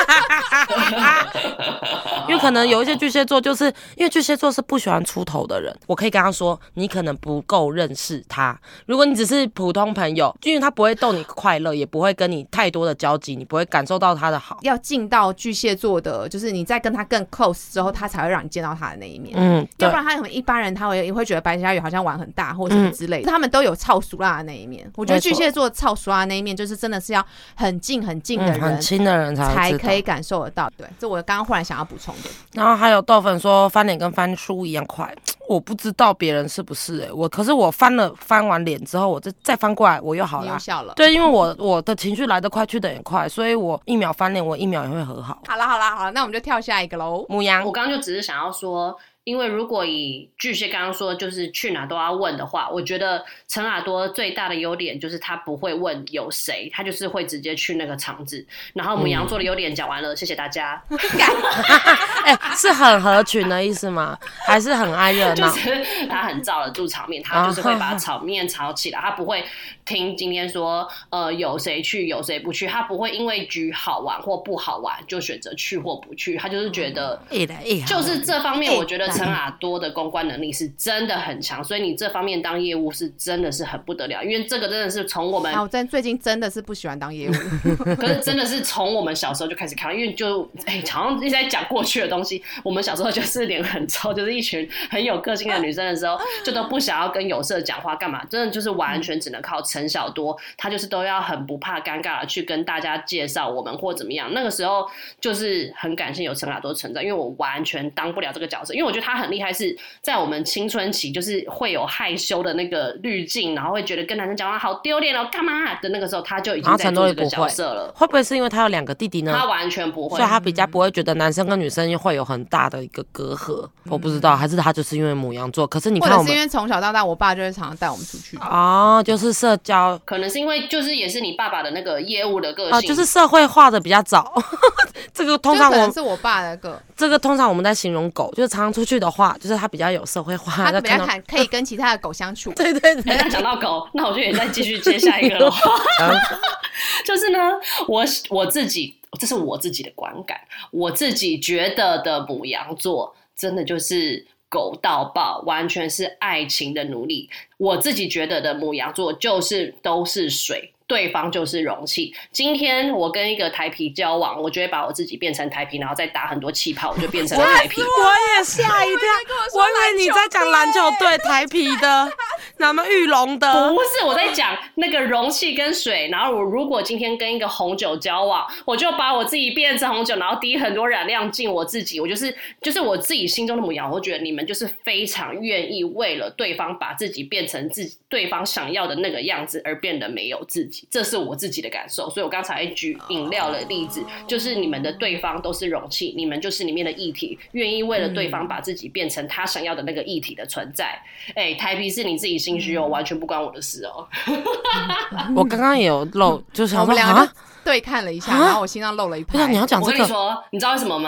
[SPEAKER 3] 因为可能有一些巨蟹座，就是因为巨蟹座是不喜欢出头的人，我可以跟他说你可能不够认识他，如果你只是普通朋友，因为他不会逗你快乐，也不会跟你太多的交集，你不会感受到他的好。
[SPEAKER 4] 要进到巨蟹座的，就是你在跟他更 close 之后，他才会让你见到他的那一面。嗯，要不然他一般人他会也会觉得白嘉宇好像玩很大或者什么之类的，嗯、他们都有操俗辣的那一面。我觉得巨蟹座操俗辣的那一面，就是真的是要很近很近的人，嗯、
[SPEAKER 3] 很亲的人才
[SPEAKER 4] 才可以感受得到。对，这我刚刚忽然想要补充的。
[SPEAKER 3] 然后还有豆粉说翻脸跟翻书一样快，我不知道别人是不是哎、欸，我可是我翻了翻完脸之后，我再再翻过来，我又好了，
[SPEAKER 4] 你又笑了。
[SPEAKER 3] 对，因为我我的情绪来得快，去得也快，所以我一秒翻脸，我一秒也会和好。
[SPEAKER 4] 好了好了好了，那我们就跳下一个喽。
[SPEAKER 3] 牡羊，
[SPEAKER 2] 我刚刚就只是想要说。因为如果以巨蟹刚刚说就是去哪都要问的话，我觉得陈阿多最大的优点就是他不会问有谁，他就是会直接去那个场子。然后牡羊座的优点讲完了，嗯、谢谢大家。
[SPEAKER 3] 哎、欸，是很合群的意思吗？还是很爱热闹？
[SPEAKER 2] 就是他很罩得住场面，他就是会把场面炒起来，他不会听今天说呃有谁去有谁不去，他不会因为局好玩或不好玩就选择去或不去，他就是觉得就是这方面我觉得。陈阿多的公关能力是真的很强，所以你这方面当业务是真的是很不得了，因为这个真的是从我们
[SPEAKER 4] 啊，我真最近真的是不喜欢当业务，
[SPEAKER 2] 可是真的是从我们小时候就开始看，因为就哎、欸，好像一直在讲过去的东西。我们小时候就是脸很臭，就是一群很有个性的女生的时候，就都不想要跟有色讲话，干嘛？真的就是完全只能靠陈小多，他就是都要很不怕尴尬的去跟大家介绍我们或怎么样。那个时候就是很感谢有陈阿多存在，因为我完全当不了这个角色，因为我觉得。他很厉害，是在我们青春期，就是会有害羞的那个滤镜，然后会觉得跟男生讲话好丢脸哦，干嘛的那个时候，他就已经在做这个角色了。
[SPEAKER 3] 会不会是因为他有两个弟弟呢？
[SPEAKER 2] 他完全不会，
[SPEAKER 3] 所以他比较不会觉得男生跟女生会有很大的一个隔阂。嗯、我不知道，还是他就是因为牡羊座。可是你看我们，
[SPEAKER 4] 或者是因为从小到大，我爸就会常常带我们出去。
[SPEAKER 3] 哦，就是社交，
[SPEAKER 2] 可能是因为就是也是你爸爸的那个业务的个性，哦、
[SPEAKER 3] 就是社会化的比较早。这个通常我
[SPEAKER 4] 可能是我爸的个，
[SPEAKER 3] 这个通常我们在形容狗，就是常常出去的话，就是他比较有社会化，
[SPEAKER 4] 他比较可以跟其他的狗相处。
[SPEAKER 3] 对对对。
[SPEAKER 2] 那讲到狗，那我就也再继续接下一个了。就是呢，我我自己，这是我自己的观感，我自己觉得的牡羊座，真的就是狗到爆，完全是爱情的奴隶。我自己觉得的牡羊座就是都是水。对方就是容器。今天我跟一个台啤交往，我就会把我自己变成台啤，然后再打很多气泡，我就变成了台啤。
[SPEAKER 3] 我也吓一跳，我以为你在讲篮球队台啤的，哪么玉龙的？
[SPEAKER 2] 不是，我在讲那个容器跟水。然后我如果今天跟一个红酒交往，我就把我自己变成红酒，然后滴很多染料进我自己。我就是就是我自己心中的模样。我觉得你们就是非常愿意为了对方把自己变成自己对方想要的那个样子，而变得没有自己。这是我自己的感受，所以我刚才举饮料的例子，就是你们的对方都是容器，你们就是里面的液体，愿意为了对方把自己变成他想要的那个液体的存在。哎、欸，台啤是你自己心虚哦，完全不关我的事哦。
[SPEAKER 3] 我刚刚也有漏，就是
[SPEAKER 4] 我们两个对看了一下，然后我心脏漏了一拍。
[SPEAKER 3] 你要讲这个，
[SPEAKER 2] 我跟你说，你知道为什么吗？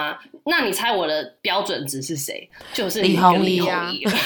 [SPEAKER 2] 那你猜我的标准值是谁？就是
[SPEAKER 3] 李弘毅
[SPEAKER 2] 啊！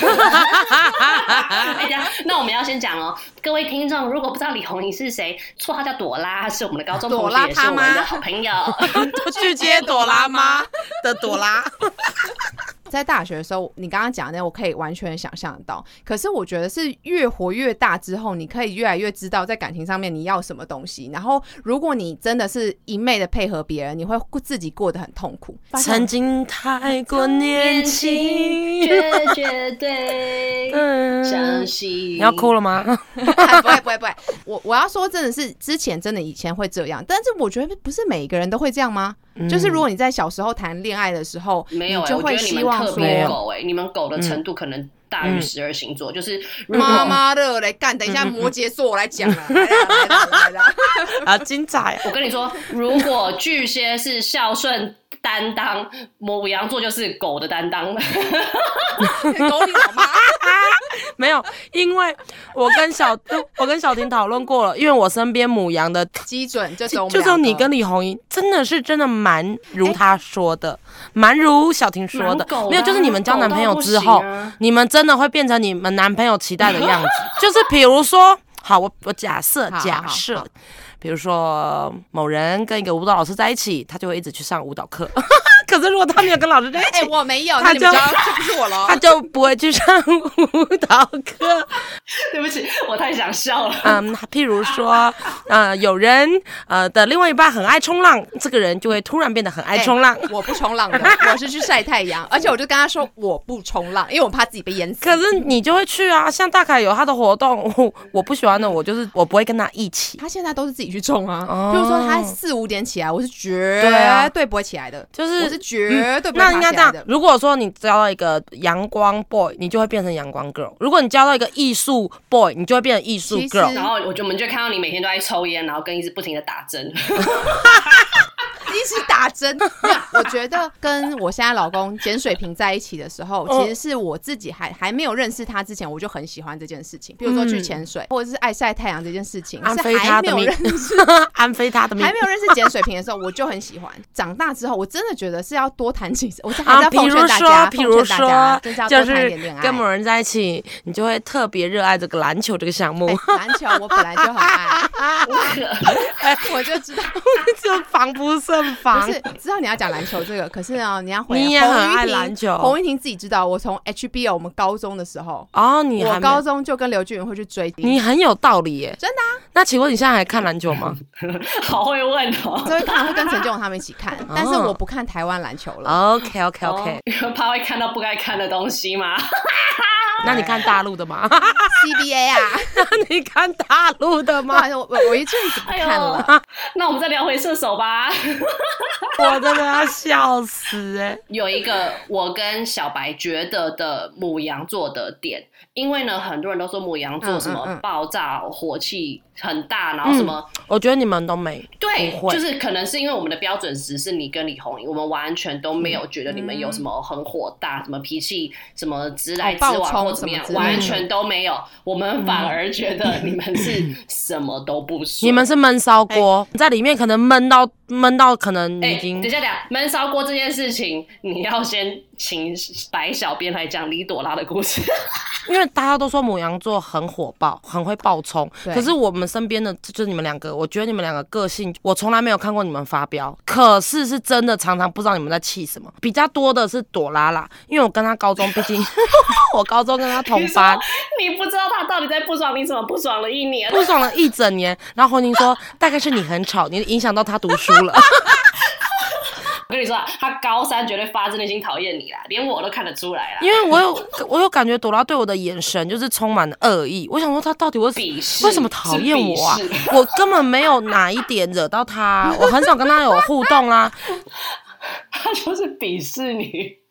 [SPEAKER 2] 哎呀，那我们要先讲哦，各位听众，如果不知道李弘毅是谁，绰号叫朵拉，是我们的高中同学，也是我们的好朋友，
[SPEAKER 3] 去接朵拉妈的朵拉。
[SPEAKER 4] 在大学的时候，你刚刚讲的我可以完全想象得到。可是我觉得是越活越大之后，你可以越来越知道在感情上面你要什么东西。然后，如果你真的是一昧的配合别人，你会自己过得很痛苦。
[SPEAKER 3] 曾经太过年轻，
[SPEAKER 2] 绝绝对相信。
[SPEAKER 3] 你要哭了吗？
[SPEAKER 4] 不会不会不会，我我要说真的是之前真的以前会这样，但是我觉得不是每一个人都会这样吗？嗯、就是如果你在小时候谈恋爱的时候，
[SPEAKER 2] 没有、欸，
[SPEAKER 4] 你就会希望说，
[SPEAKER 2] 特别狗哎、欸，你们狗的程度可能大于十二星座，嗯、就是
[SPEAKER 4] 妈妈的来干，等一下摩羯座我来讲了，来啦来啦来啦，
[SPEAKER 3] 啊精彩！
[SPEAKER 2] 我跟你说，如果巨蟹是孝顺担当，牡羊座就是狗的担当，狗
[SPEAKER 4] 你老妈。
[SPEAKER 3] 没有，因为我跟小我跟小婷讨论过了，因为我身边母羊的
[SPEAKER 4] 基准就只有
[SPEAKER 3] 就只有你跟李弘毅，真的是真的蛮如他说的，蛮、欸、如小婷说的，没有，就是你们交男朋友之后，啊、你们真的会变成你们男朋友期待的样子，就是比如说，好，我我假设假设。比如说某人跟一个舞蹈老师在一起，他就会一直去上舞蹈课。可是如果他没有跟老师在一起，
[SPEAKER 4] 哎、欸，我没有，
[SPEAKER 3] 他就
[SPEAKER 4] 那就不是我了，
[SPEAKER 3] 他就不会去上舞蹈课。
[SPEAKER 2] 对不起，我太想笑了。
[SPEAKER 3] 嗯，譬如说，呃，有人呃的另外一半很爱冲浪，这个人就会突然变得很爱冲浪。
[SPEAKER 4] 欸、我不冲浪的，我是去晒太阳，而且我就跟他说我不冲浪，因为我怕自己被淹死。
[SPEAKER 3] 可是你就会去啊，像大凯有他的活动，我, 我不喜欢的，我就是我不会跟他一起。
[SPEAKER 4] 他现在都是自己去冲啊，哦、比如说他四五点起来，我是绝对不会起来的，
[SPEAKER 3] 就是
[SPEAKER 4] 我是绝对不会爬起来的。
[SPEAKER 3] 嗯、那应该这样，如果说你交到一个阳光 boy， 你就会变成阳光 girl； 如果你交到一个艺术 boy， 你就会变成艺术 girl。
[SPEAKER 2] 然后我就我们就看到你每天都在抽烟，然后跟一直不停的打针。
[SPEAKER 4] 一直打针，我觉得跟我现在老公简水平在一起的时候，其实是我自己还还没有认识他之前，我就很喜欢这件事情。比如说去潜水，嗯、或者是爱晒太阳这件事情，是还没有认识
[SPEAKER 3] 安非他的命，
[SPEAKER 4] 还没有认识简水平的时候，我就很喜欢。长大之后，我真的觉得是要多谈情，我还是要奉劝大家，
[SPEAKER 3] 比如说，比如说，
[SPEAKER 4] 就是
[SPEAKER 3] 跟某人在一起，你就会特别热爱这个篮球这个项目。
[SPEAKER 4] 篮、欸、球我本来就很爱，我, 我就知道，
[SPEAKER 3] 就防不胜防。
[SPEAKER 4] 不是知道你要讲篮球这个，可是啊，你要回
[SPEAKER 3] 你也很爱篮球。
[SPEAKER 4] 洪玉婷自己知道，我从 H B L 我们高中的时候，
[SPEAKER 3] 哦，你
[SPEAKER 4] 我高中就跟刘俊宇会去追，
[SPEAKER 3] 你很有道理耶，
[SPEAKER 4] 真的啊。
[SPEAKER 3] 那请问你现在还看篮球吗？
[SPEAKER 2] 好会问哦，
[SPEAKER 4] 所以可能会跟陈建勇他们一起看，哦、但是我不看台湾篮球了。
[SPEAKER 3] OK OK OK，
[SPEAKER 2] 因为怕会看到不该看的东西吗？
[SPEAKER 3] 那你看大陆的吗
[SPEAKER 4] ？C B A 啊？
[SPEAKER 3] 那你看大陆的吗？
[SPEAKER 4] 我我我一阵子不看了、
[SPEAKER 2] 哎。那我们再聊回射手吧。
[SPEAKER 3] 我真的要笑死哎、欸！
[SPEAKER 2] 有一个我跟小白觉得的牡羊座的点，因为呢，很多人都说牡羊座什么爆炸、嗯嗯嗯、火气很大，然后什么、
[SPEAKER 3] 嗯，我觉得你们都没
[SPEAKER 2] 对，就是可能是因为我们的标准值是你跟李弘毅，我们完全都没有觉得你们有什么很火大、嗯、什么脾气、什么直来直往或怎么样，完全都没有。我们反而觉得你们是什么都不说，
[SPEAKER 3] 你们是闷烧锅，在里面可能闷到闷到可能已经。
[SPEAKER 2] 欸、等一下，等一下，闷烧锅这件事情，你要先请白小编来讲李朵拉的故事。
[SPEAKER 3] 因为大家都说牡羊座很火爆，很会爆冲，可是我们身边的就是你们两个，我觉得你们两个个性，我从来没有看过你们发飙，可是是真的常常不知道你们在气什么。比较多的是朵拉啦，因为我跟他高中，毕竟我高中跟他同班，
[SPEAKER 2] 你不知道他到底在不爽你什么，不爽了一年，
[SPEAKER 3] 不爽了一整年。然后洪宁说，大概是你很吵，你影响到他读书了。
[SPEAKER 2] 我跟你说啊，他高三绝对发自内心讨厌你啦，连我都看得出来啦。
[SPEAKER 3] 因为我有我有感觉朵拉对我的眼神就是充满了恶意，我想说他到底为为什么讨厌我啊？我根本没有哪一点惹到他，我很少跟他有互动啦。
[SPEAKER 2] 他就是鄙视你。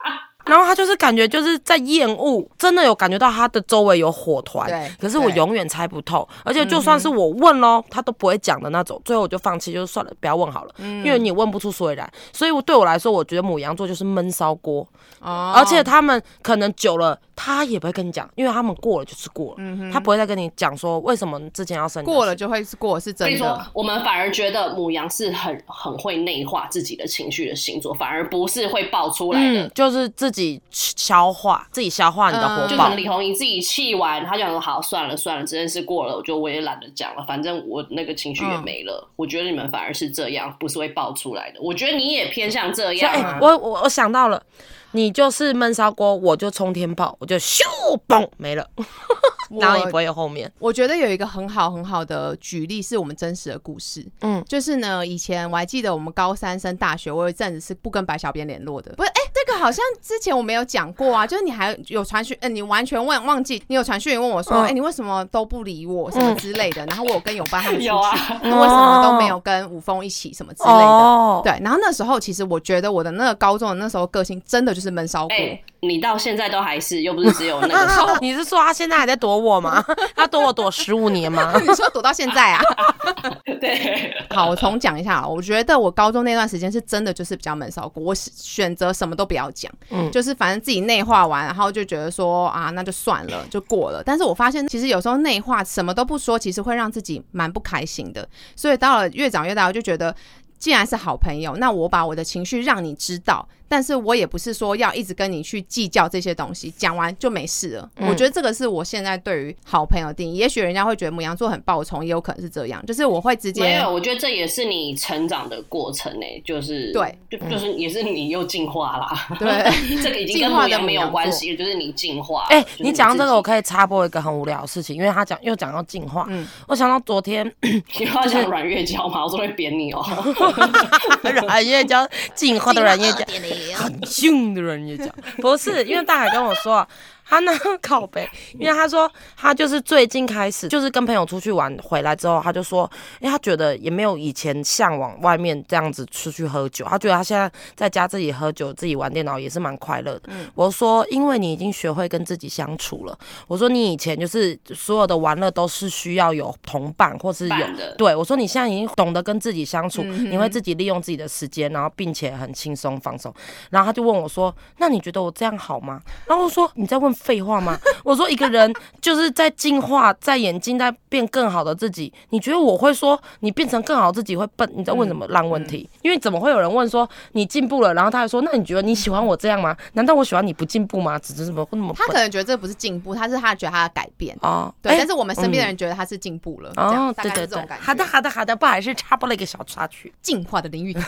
[SPEAKER 3] 然后他就是感觉就是在厌恶，真的有感觉到他的周围有火团，可是我永远猜不透，而且就算是我问咯，他都不会讲的那种，最后我就放弃，就算了，不要问好了，嗯、因为你问不出所以然。所以对我来说，我觉得牡羊座就是闷烧锅，哦、而且他们可能久了，他也不会跟你讲，因为他们过了就是过了，嗯、他不会再跟你讲说为什么之前要生
[SPEAKER 4] 过了就会是过，是真的。
[SPEAKER 2] 所以说，我们反而觉得牡羊是很很会内化自己的情绪的星座，反而不是会爆出来的，
[SPEAKER 3] 嗯、就是自己消化，自己消化你的火爆。嗯、
[SPEAKER 2] 就可能李弘仪自己气完，他就想说好算了算了，这件事过了，我就我也懒得讲了，反正我那个情绪也没了。嗯、我觉得你们反而是这样，不是会爆出来的。我觉得你也偏向这样、啊。
[SPEAKER 3] 欸、我我我想到了。你就是闷烧锅，我就冲天炮，我就咻嘣没了，然后也不会有后面。
[SPEAKER 4] 我觉得有一个很好很好的举例是我们真实的故事，嗯，就是呢，以前我还记得我们高三升大学，我有一阵子是不跟白小编联络的，不是，哎、欸，这个好像之前我没有讲过啊，就是你还有传讯，呃，你完全忘忘记，你有传讯问我说，哎、嗯欸，你为什么都不理我什么之类的，嗯、然后我有跟永班他们出去，有啊，为什么都没有跟吴峰一起什么之类的，哦、对，然后那时候其实我觉得我的那个高中的那时候个性真的就是闷烧锅。欸
[SPEAKER 2] 你到现在都还是，又不是只有那个时候。
[SPEAKER 3] 你是说他现在还在躲我吗？他躲我躲十五年吗？
[SPEAKER 4] 你说躲到现在啊？
[SPEAKER 2] 对。
[SPEAKER 4] 好，我重讲一下。我觉得我高中那段时间是真的就是比较闷烧锅，我选择什么都不要讲，嗯，就是反正自己内化完，然后就觉得说啊，那就算了，就过了。但是我发现其实有时候内化什么都不说，其实会让自己蛮不开心的。所以到了越长越大，我就觉得。既然是好朋友，那我把我的情绪让你知道，但是我也不是说要一直跟你去计较这些东西，讲完就没事了。嗯、我觉得这个是我现在对于好朋友的定义。也许人家会觉得牡羊座很暴冲，也有可能是这样，就是我会直接
[SPEAKER 2] 没有。我觉得这也是你成长的过程诶、欸，就是
[SPEAKER 4] 对，
[SPEAKER 2] 就就是也是你又进化啦。
[SPEAKER 4] 对，
[SPEAKER 2] 这个已经跟牡羊没有关系了，就是你进化。
[SPEAKER 3] 哎、欸，你讲到这个，我可以插播一个很无聊的事情，因为他讲又讲到进化，嗯，我想到昨天
[SPEAKER 2] 你要讲软月胶嘛，我都会扁你哦。
[SPEAKER 3] 软月胶，进化的软月胶，很凶的软月胶，不是，因为大海跟我说。他那个靠北，因为他说他就是最近开始，就是跟朋友出去玩回来之后，他就说，因为他觉得也没有以前向往外面这样子出去喝酒，他觉得他现在在家自己喝酒、自己玩电脑也是蛮快乐的。嗯、我说，因为你已经学会跟自己相处了。我说你以前就是所有的玩乐都是需要有同伴或是有，对我说你现在已经懂得跟自己相处，嗯、你会自己利用自己的时间，然后并且很轻松放松。然后他就问我说，那你觉得我这样好吗？然后我说你在问废话吗？我说一个人就是在进化，在演进，在变更好的自己。你觉得我会说你变成更好的自己会笨？你在问什么烂问题？嗯嗯、因为怎么会有人问说你进步了，然后他还说那你觉得你喜欢我这样吗？难道我喜欢你不进步吗？只是什么那么笨？
[SPEAKER 4] 他可能觉得这不是进步，他是他觉得他的改变哦。对，欸、但是我们身边的人觉得他是进步了。嗯、这样哦，大概是这种感觉。
[SPEAKER 3] 好的，好的，好的，不好意思，插播了一个小插曲，
[SPEAKER 4] 进化的领域。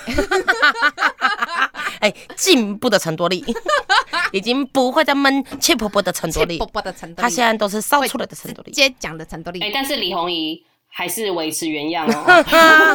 [SPEAKER 3] 哎，进步的陈多利已经不会再闷切婆婆的陈多利，
[SPEAKER 4] 婆婆的陈多利，
[SPEAKER 3] 他现在都是烧出来的陈多利，
[SPEAKER 4] 直接讲的陈多利。
[SPEAKER 2] 哎，但是李弘仪还是维持原样哦，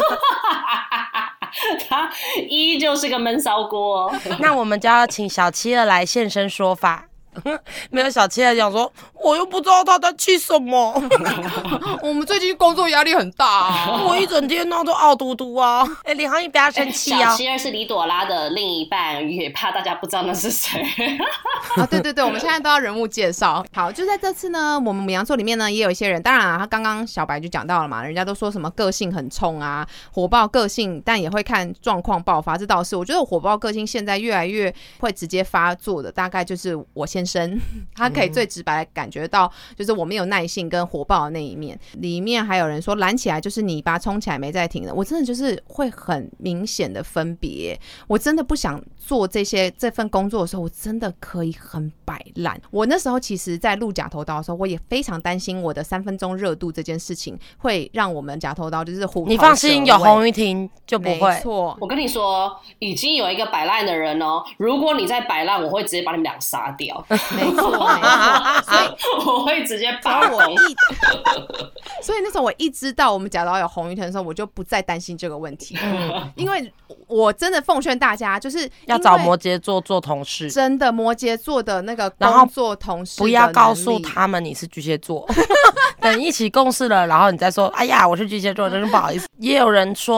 [SPEAKER 2] 他依旧是个闷烧锅。
[SPEAKER 3] 那我们就要请小七儿来现身说法。没有小七儿讲说，我又不知道他在气什么。
[SPEAKER 4] 我们最近工作压力很大、啊，
[SPEAKER 3] 我一整天呢都傲嘟嘟啊。哎、欸，李航，你不要生气啊、
[SPEAKER 2] 欸。小七儿是李朵拉的另一半，也怕大家不知道那是谁。
[SPEAKER 4] 啊，对对对，我们现在都要人物介绍。好，就在这次呢，我们牡羊座里面呢，也有一些人，当然啊，他刚刚小白就讲到了嘛，人家都说什么个性很冲啊，火爆个性，但也会看状况爆发。这倒是，我觉得火爆个性现在越来越会直接发作的，大概就是我先生，他可以最直白的感觉到，就是我没有耐性跟火爆的那一面。里面还有人说拦起来就是泥巴，冲起来没在停的，我真的就是会很明显的分别。我真的不想做这些这份工作的时候，我真的可以很摆烂。我那时候其实在录假头刀的时候，我也非常担心我的三分钟热度这件事情会让我们假头刀就是虎头蛇尾。
[SPEAKER 3] 你放心，有洪玉婷就不会。
[SPEAKER 4] 没错，
[SPEAKER 2] 我跟你说，已经有一个摆烂的人哦，如果你再摆烂，我会直接把你们俩杀掉。
[SPEAKER 4] 没错，没错，所以
[SPEAKER 2] 我会直接把我一。
[SPEAKER 4] 所以那时候我一知道我们假刀有洪玉婷的时候，我就不再担心这个问题，嗯、因为我真的奉劝大家，就是
[SPEAKER 3] 要找摩羯座做同事。
[SPEAKER 4] 真的，摩羯座的那个工作同事，
[SPEAKER 3] 不要告诉他们你是巨蟹座。等一起共事了，然后你再说，哎呀，我是巨蟹座，真是不好意思。也有人说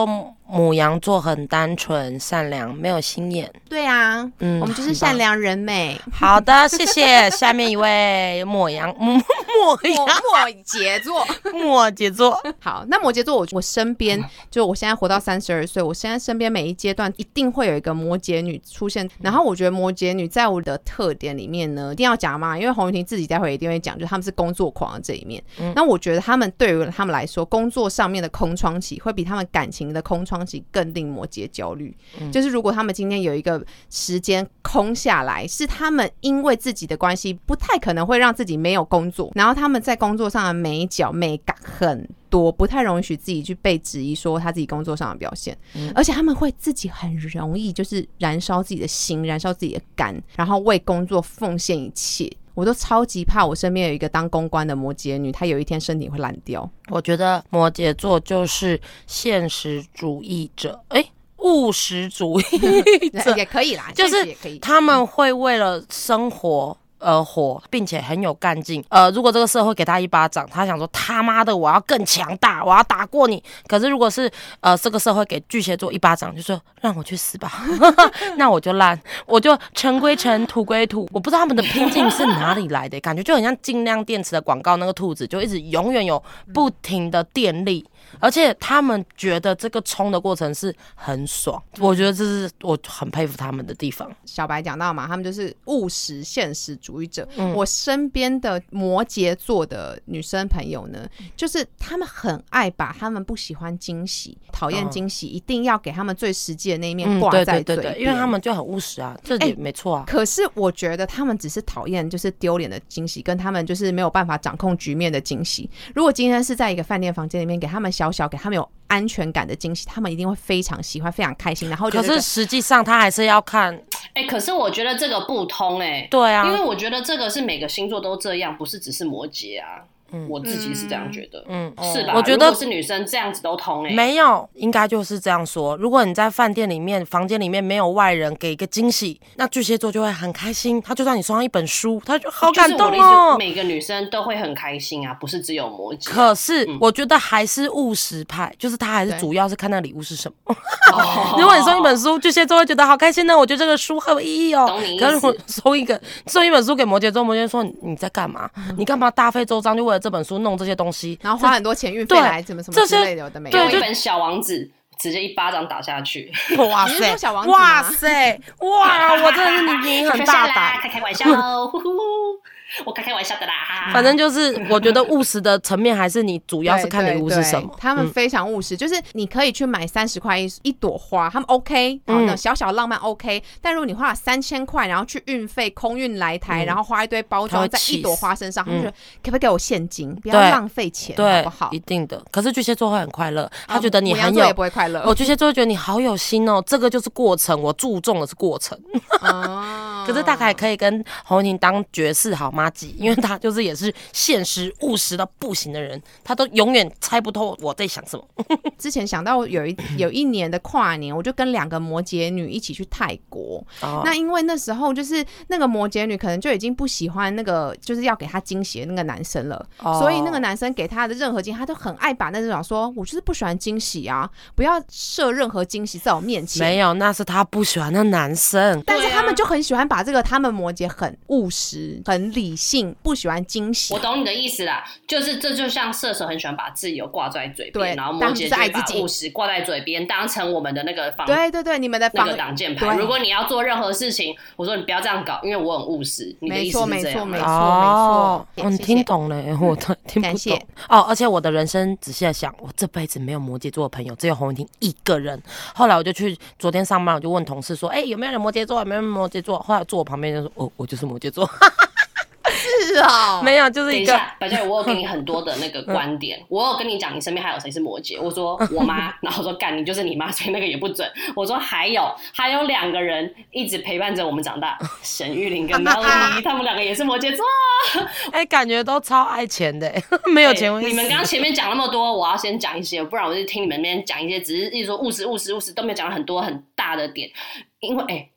[SPEAKER 3] 牡羊座很单纯善良，没有心眼。
[SPEAKER 4] 对啊，嗯，我们就是善良人美。
[SPEAKER 3] 好的，谢谢。下面一位牡羊，牡羊
[SPEAKER 4] 摩羯座，
[SPEAKER 3] 摩羯座。
[SPEAKER 4] 好，那摩羯座我我身边，就我现在活到三十二岁，我现在身边每一阶段一定会有一个摩羯女出现。然后我觉得摩羯女在我的特点里面呢，一定要讲嘛，因为洪云婷自己待会一定会讲，就是他们是工作狂的这一面。嗯、那我觉得他们对于他们来说，工作上面的空窗期会比他们感情的空窗期更令摩羯焦虑。嗯、就是如果他们今天有一个时间空下来，是他们因为自己的关系不太可能会让自己没有工作，然后他们在工作上的美角美感很多，不太容许自己去被质疑说他自己工作上的表现、嗯、而且他们会自己很容易就是燃烧自己的心，燃烧自己的肝，然后为工作奉献一切。我都超级怕我身边有一个当公关的摩羯女，她有一天身体会烂掉。
[SPEAKER 3] 我觉得摩羯座就是现实主义者，哎、欸，务实主义者
[SPEAKER 4] 也可以啦，
[SPEAKER 3] 就是他们会为了生活而活，并且很有干劲。呃，如果这个社会给他一巴掌，他想说他妈的我要更强大，我要打过你。可是如果是呃这个社会给巨蟹座一巴掌，就说让我去死吧，那我就烂，我就尘归尘，土归土。我不知道他们的拼劲是哪里来的，感觉就很像尽量电池的广告，那个兔子就一直永远有不停的电力。而且他们觉得这个冲的过程是很爽，我觉得这是我很佩服他们的地方。
[SPEAKER 4] 小白讲到嘛，他们就是务实现实主义者、嗯、我身边的摩羯座的女生朋友呢，就是他们很爱把他们不喜欢惊喜讨厌惊喜、嗯、一定要给他们最实际的那一面挂在嘴边、嗯、对对对对，
[SPEAKER 3] 因为他们就很务实啊，这也没错啊、
[SPEAKER 4] 欸、可是我觉得他们只是讨厌就是丢脸的惊喜，跟他们就是没有办法掌控局面的惊喜。如果今天是在一个饭店房间里面给他们小小给他们有安全感的惊喜，他们一定会非常喜欢非常开心，然后
[SPEAKER 3] 可是实际上他还是要看
[SPEAKER 2] 哎、欸，可是我觉得这个不通哎、欸，
[SPEAKER 3] 对啊，
[SPEAKER 2] 因为我觉得这个是每个星座都这样，不是只是摩羯啊。嗯、我自己是这样觉得，嗯，是吧？
[SPEAKER 3] 我觉得
[SPEAKER 2] 如果是女生这样子都通哎、欸，
[SPEAKER 3] 没有，应该就是这样说。如果你在饭店里面、房间里面没有外人给一个惊喜，那巨蟹座就会很开心。他就算你送上一本书，他就好感动哦。
[SPEAKER 2] 每个女生都会很开心啊，不是只有摩羯。
[SPEAKER 3] 可是、嗯、我觉得还是务实派，就是他还是主要是看那礼物是什么。如果你送一本书，巨蟹座会觉得好开心呢，我觉得这个书很有意义哦。
[SPEAKER 2] 懂你意思。
[SPEAKER 3] 可是如果送一个送一本书给摩羯座，摩羯座说你在干嘛？嗯、你干嘛大费周章就为了这本书弄这些东西，
[SPEAKER 4] 然后花很多钱运费来怎么什么之类的，的没有。
[SPEAKER 2] 对，一本小王子直接一巴掌打下去。
[SPEAKER 3] 哇塞，
[SPEAKER 4] 小王子
[SPEAKER 3] 哇塞，哇！我真的是你你很大胆，
[SPEAKER 2] 开开玩笑喽，呼呼。我开开玩笑的啦，
[SPEAKER 3] 反正就是我觉得务实的层面还是你主要是看礼物是什么。
[SPEAKER 4] 对对对，他们非常务实、嗯、就是你可以去买三十块一朵花，他们 OK、嗯、然后小小浪漫 OK， 但如果你花了三千块然后去运费空运来台、嗯、然后花一堆包装在一朵花身上，他们就可不可以给我现金，不要浪费钱好不好？
[SPEAKER 3] 一定的。可是巨蟹座会很快乐，他觉得你很有、
[SPEAKER 4] 哦、也不会快乐。
[SPEAKER 3] 我巨蟹座会觉得你好有心哦，这个就是过程，我注重的是过程。哦、可是大概可以跟洪婷当绝世好麻吉，因为他就是也是现实务实到不行的人，他都永远猜不透我在想什么。
[SPEAKER 4] 之前想到有一有一年的跨年，我就跟两个摩羯女一起去泰国、哦、那因为那时候就是那个摩羯女可能就已经不喜欢那个就是要给她惊喜的那个男生了、哦、所以那个男生给她的任何惊喜他都很爱把那种说我就是不喜欢惊喜啊，不要设任何惊喜在我面前。
[SPEAKER 3] 没有，那是他不喜欢的男生，
[SPEAKER 4] 但是他们就很喜欢把这个他们摩羯很务实很理性，不喜欢惊喜。
[SPEAKER 2] 我懂你的意思啦，就是这就像射手很喜欢把自由挂在嘴边，然后摩羯就会把务实挂在嘴边，当成我们的那个防
[SPEAKER 4] 对对对你们的
[SPEAKER 2] 那个挡箭牌。如果你要做任何事情，我说你不要这样搞，因为我很务实。你的意思是这样吗？
[SPEAKER 4] 没错没错没错哦，
[SPEAKER 3] 没错，你听懂了，我听不懂哦。而且我的人生仔细的想，我这辈子没有摩羯座的朋友，只有洪文婷一个人。后来我就去昨天上班，我就问同事说，哎、欸，有没有人摩羯座？有没有人摩羯座？后来坐我旁边就说，哦，我就是摩羯座。
[SPEAKER 4] 是啊、
[SPEAKER 3] 哦，没有，就是一个。
[SPEAKER 2] 等一下，白嘉宇，我有给你很多的那个观点，嗯、我有跟你讲，你身边还有谁是摩羯？我说我妈，然后我说干，你就是你妈，所以那个也不准。我说还有还有两个人一直陪伴着我们长大，沈玉琳跟 Melody， 他们两个也是摩羯座。
[SPEAKER 3] 哎、欸，感觉都超爱钱的，没有钱、欸。
[SPEAKER 2] 你们刚刚前面讲那么多，我要先讲一些，不然我就听你们那边讲一些，只是一直说务实务实务实，都没有讲很多很大的点。因为哎、欸，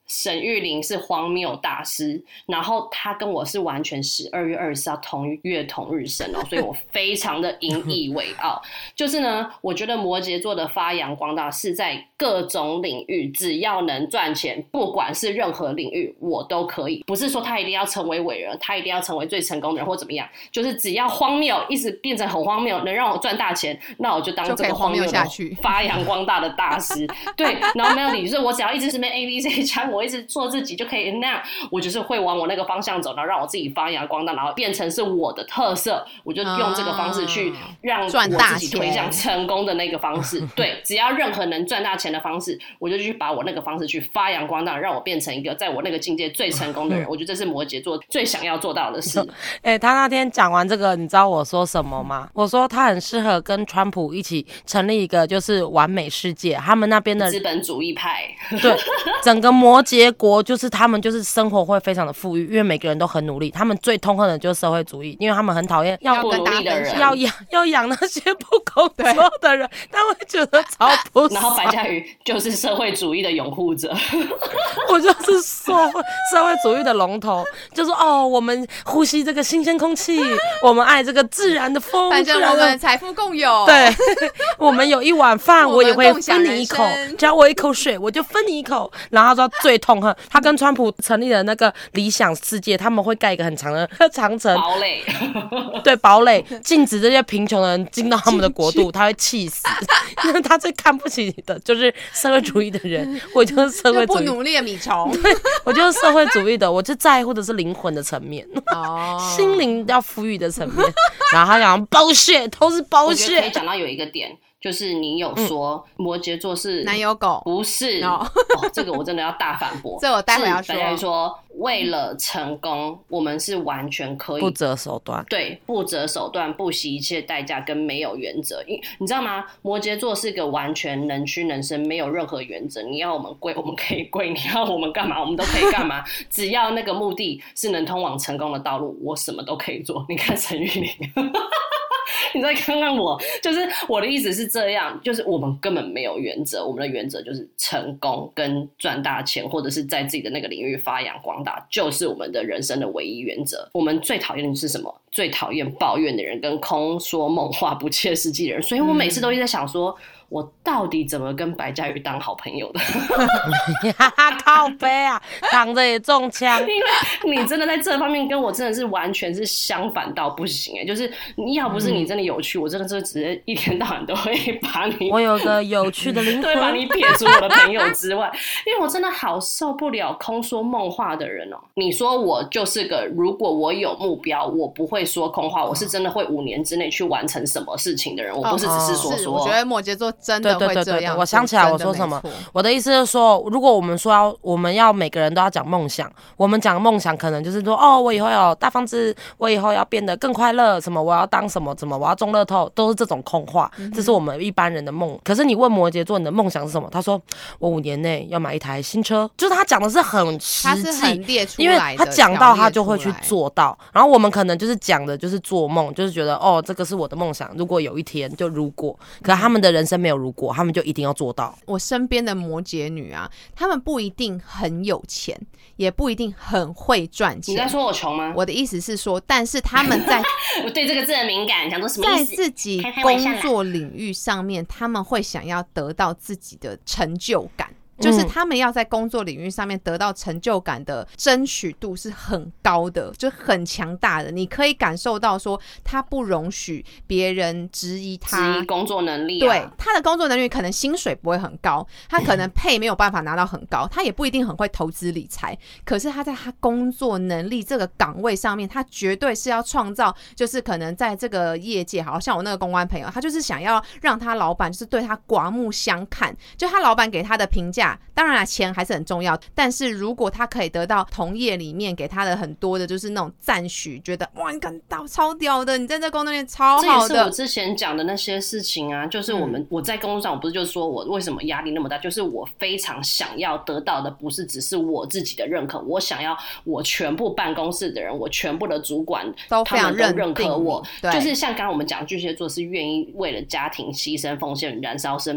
[SPEAKER 2] 沈玉琳是荒谬大师，然后他跟我是完全十二月二十四号同月同日生哦，所以我非常的引以为傲。就是呢，我觉得摩羯座的发扬光大是在各种领域，只要能赚钱，不管是任何领域，我都可以。不是说他一定要成为伟人，他一定要成为最成功的人或怎么样，就是只要荒谬一直变成很荒谬，能让我赚大钱，那我就当这个荒谬的发扬光大的大师。对，然后 Melody 就是我只要一直是 A B C 腔，我一直做自己就可以那样，我就是会往我那个方向走，然后让我自己发扬光大，然后变成是我的特色，我就用这个方式去让我自己推向成功的那个方式。对，只要任何能赚大钱的方式，我就去把我那个方式去发扬光大，让我变成一个在我那个境界最成功的人。我觉得这是摩羯座最想要做到的事。
[SPEAKER 3] 哎、欸，他那天讲完这个，你知道我说什么吗？我说他很适合跟川普一起成立一个就是完美世界，他们那边的
[SPEAKER 2] 资本主义派。
[SPEAKER 3] 对，整个摩羯国就是他们就是生活会非常的富裕，因为每个人都很努力。他们最痛恨的就是社会主义，因为他们很讨厌
[SPEAKER 2] 要不努力的人，
[SPEAKER 3] 要养要养那些不工作的人，他会觉得超不爽。
[SPEAKER 2] 然后白嘉瑜就是社会主义的拥护者，
[SPEAKER 3] 我就是说社会主义的龙头，就说哦，我们呼吸这个新鲜空气，我们爱这个自然的风，
[SPEAKER 4] 反正我们财富共有。
[SPEAKER 3] 对，我们有一碗饭，我也会分你一口，只要我一口水，我就分你一口。然后他说最痛恨他跟川普成立的那个理想世界，他们会盖一个很长的长城
[SPEAKER 2] 堡垒，
[SPEAKER 3] 对，堡垒禁止这些贫穷的人进到他们的国度，他会气死。因为他最看不起的就是社会主义的人，我就是社会主义
[SPEAKER 4] 不努力的米虫，
[SPEAKER 3] 对，我就是社会主义的，我就在乎的是灵魂的层面，哦，心灵要富裕的层面。然后他讲包血，都是包血。
[SPEAKER 2] 我觉得可以讲到有一个点。就是你有说摩羯座是
[SPEAKER 4] 男友狗，
[SPEAKER 2] 不是、no. 哦，这个我真的要大反驳。
[SPEAKER 4] 这我待会要说。
[SPEAKER 2] 大家说为了成功，我们是完全可以
[SPEAKER 3] 不择手段，
[SPEAKER 2] 对，不择手段，不惜一切代价，跟没有原则。你知道吗？摩羯座是个完全能屈能伸，没有任何原则。你要我们跪，我们可以跪；你要我们干嘛，我们都可以干嘛。只要那个目的是能通往成功的道路，我什么都可以做。你看陈玉玲。你再看看我，就是我的意思是这样，就是我们根本没有原则，我们的原则就是成功跟赚大钱，或者是在自己的那个领域发扬光大，就是我们的人生的唯一原则。我们最讨厌的是什么？最讨厌抱怨的人跟空说梦话不切实际的人。所以我每次都一直在想说，我到底怎么跟白嘉瑜当好朋友的？
[SPEAKER 3] 靠北啊，躺着也中枪。
[SPEAKER 2] 因为你真的在这方面跟我真的是完全是相反到不行哎、欸，就是你要不是你真的有趣，我真的是直接一天到晚都会把你，
[SPEAKER 3] 我有个有趣的灵魂，
[SPEAKER 2] 对，把你撇除我的朋友之外，因为我真的好受不了空说梦话的人哦、喔。你说我就是个，如果我有目标，我不会说空话，我是真的会五年之内去完成什么事情的人，我不是只是说说。
[SPEAKER 4] 我觉得摩羯座真的会这样。对对对对，
[SPEAKER 3] 我想起来我说什么，我的意思是说，如果我们说要，我们要每个人都要讲梦想，我们讲梦想可能就是说，哦，我以后有大房子，我以后要变得更快乐，什么我要当什么，什么我要中乐透，都是这种空话，嗯、这是我们一般人的梦。可是你问摩羯座你的梦想是什么，他说我五年内要买一台新车，就是他讲的是很实际，
[SPEAKER 4] 他是很列出
[SPEAKER 3] 因为
[SPEAKER 4] 来的，
[SPEAKER 3] 他讲到他就会去做到。然后我们可能就是讲的就是做梦，就是觉得哦，这个是我的梦想，如果有一天就如果，可是他们的人生没有如果，他们就一定要做到。
[SPEAKER 4] 我身边的摩羯女啊，他们不一定很有钱，也不一定很会赚钱。
[SPEAKER 2] 你在说我穷吗？
[SPEAKER 4] 我的意思是说，但是他们在
[SPEAKER 2] 我对这个字很敏感，想说什么意思？
[SPEAKER 4] 在自己工作领域上面，他们会想要得到自己的成就感。就是他们要在工作领域上面得到成就感的争取度是很高的，就很强大的。你可以感受到说，他不容许别人质疑他
[SPEAKER 2] 质疑工作能力、啊。
[SPEAKER 4] 对，他的工作能力可能薪水不会很高，他可能配没有办法拿到很高，他也不一定很会投资理财。可是他在他工作能力这个岗位上面，他绝对是要创造，就是可能在这个业界，好像我那个公关朋友，他就是想要让他老板就是对他刮目相看，就他老板给他的评价。当然啦，钱还是很重要，但是如果他可以得到同业里面给他的很多的就是那种赞许，觉得哇你干到超屌的，你在这工作里面超好的，
[SPEAKER 2] 这也是我之前讲的那些事情啊，就是我们、嗯、我在工作上我不是就是说我为什么压力那么大，就是我非常想要得到的不是只是我自己的认可，我想要我全部办公室的人，我全部的主管
[SPEAKER 4] 都非常
[SPEAKER 2] 他们都认可我，
[SPEAKER 4] 对，
[SPEAKER 2] 就是像刚刚我们讲巨蟹座是愿意为了家庭牺牲奉献燃烧生命，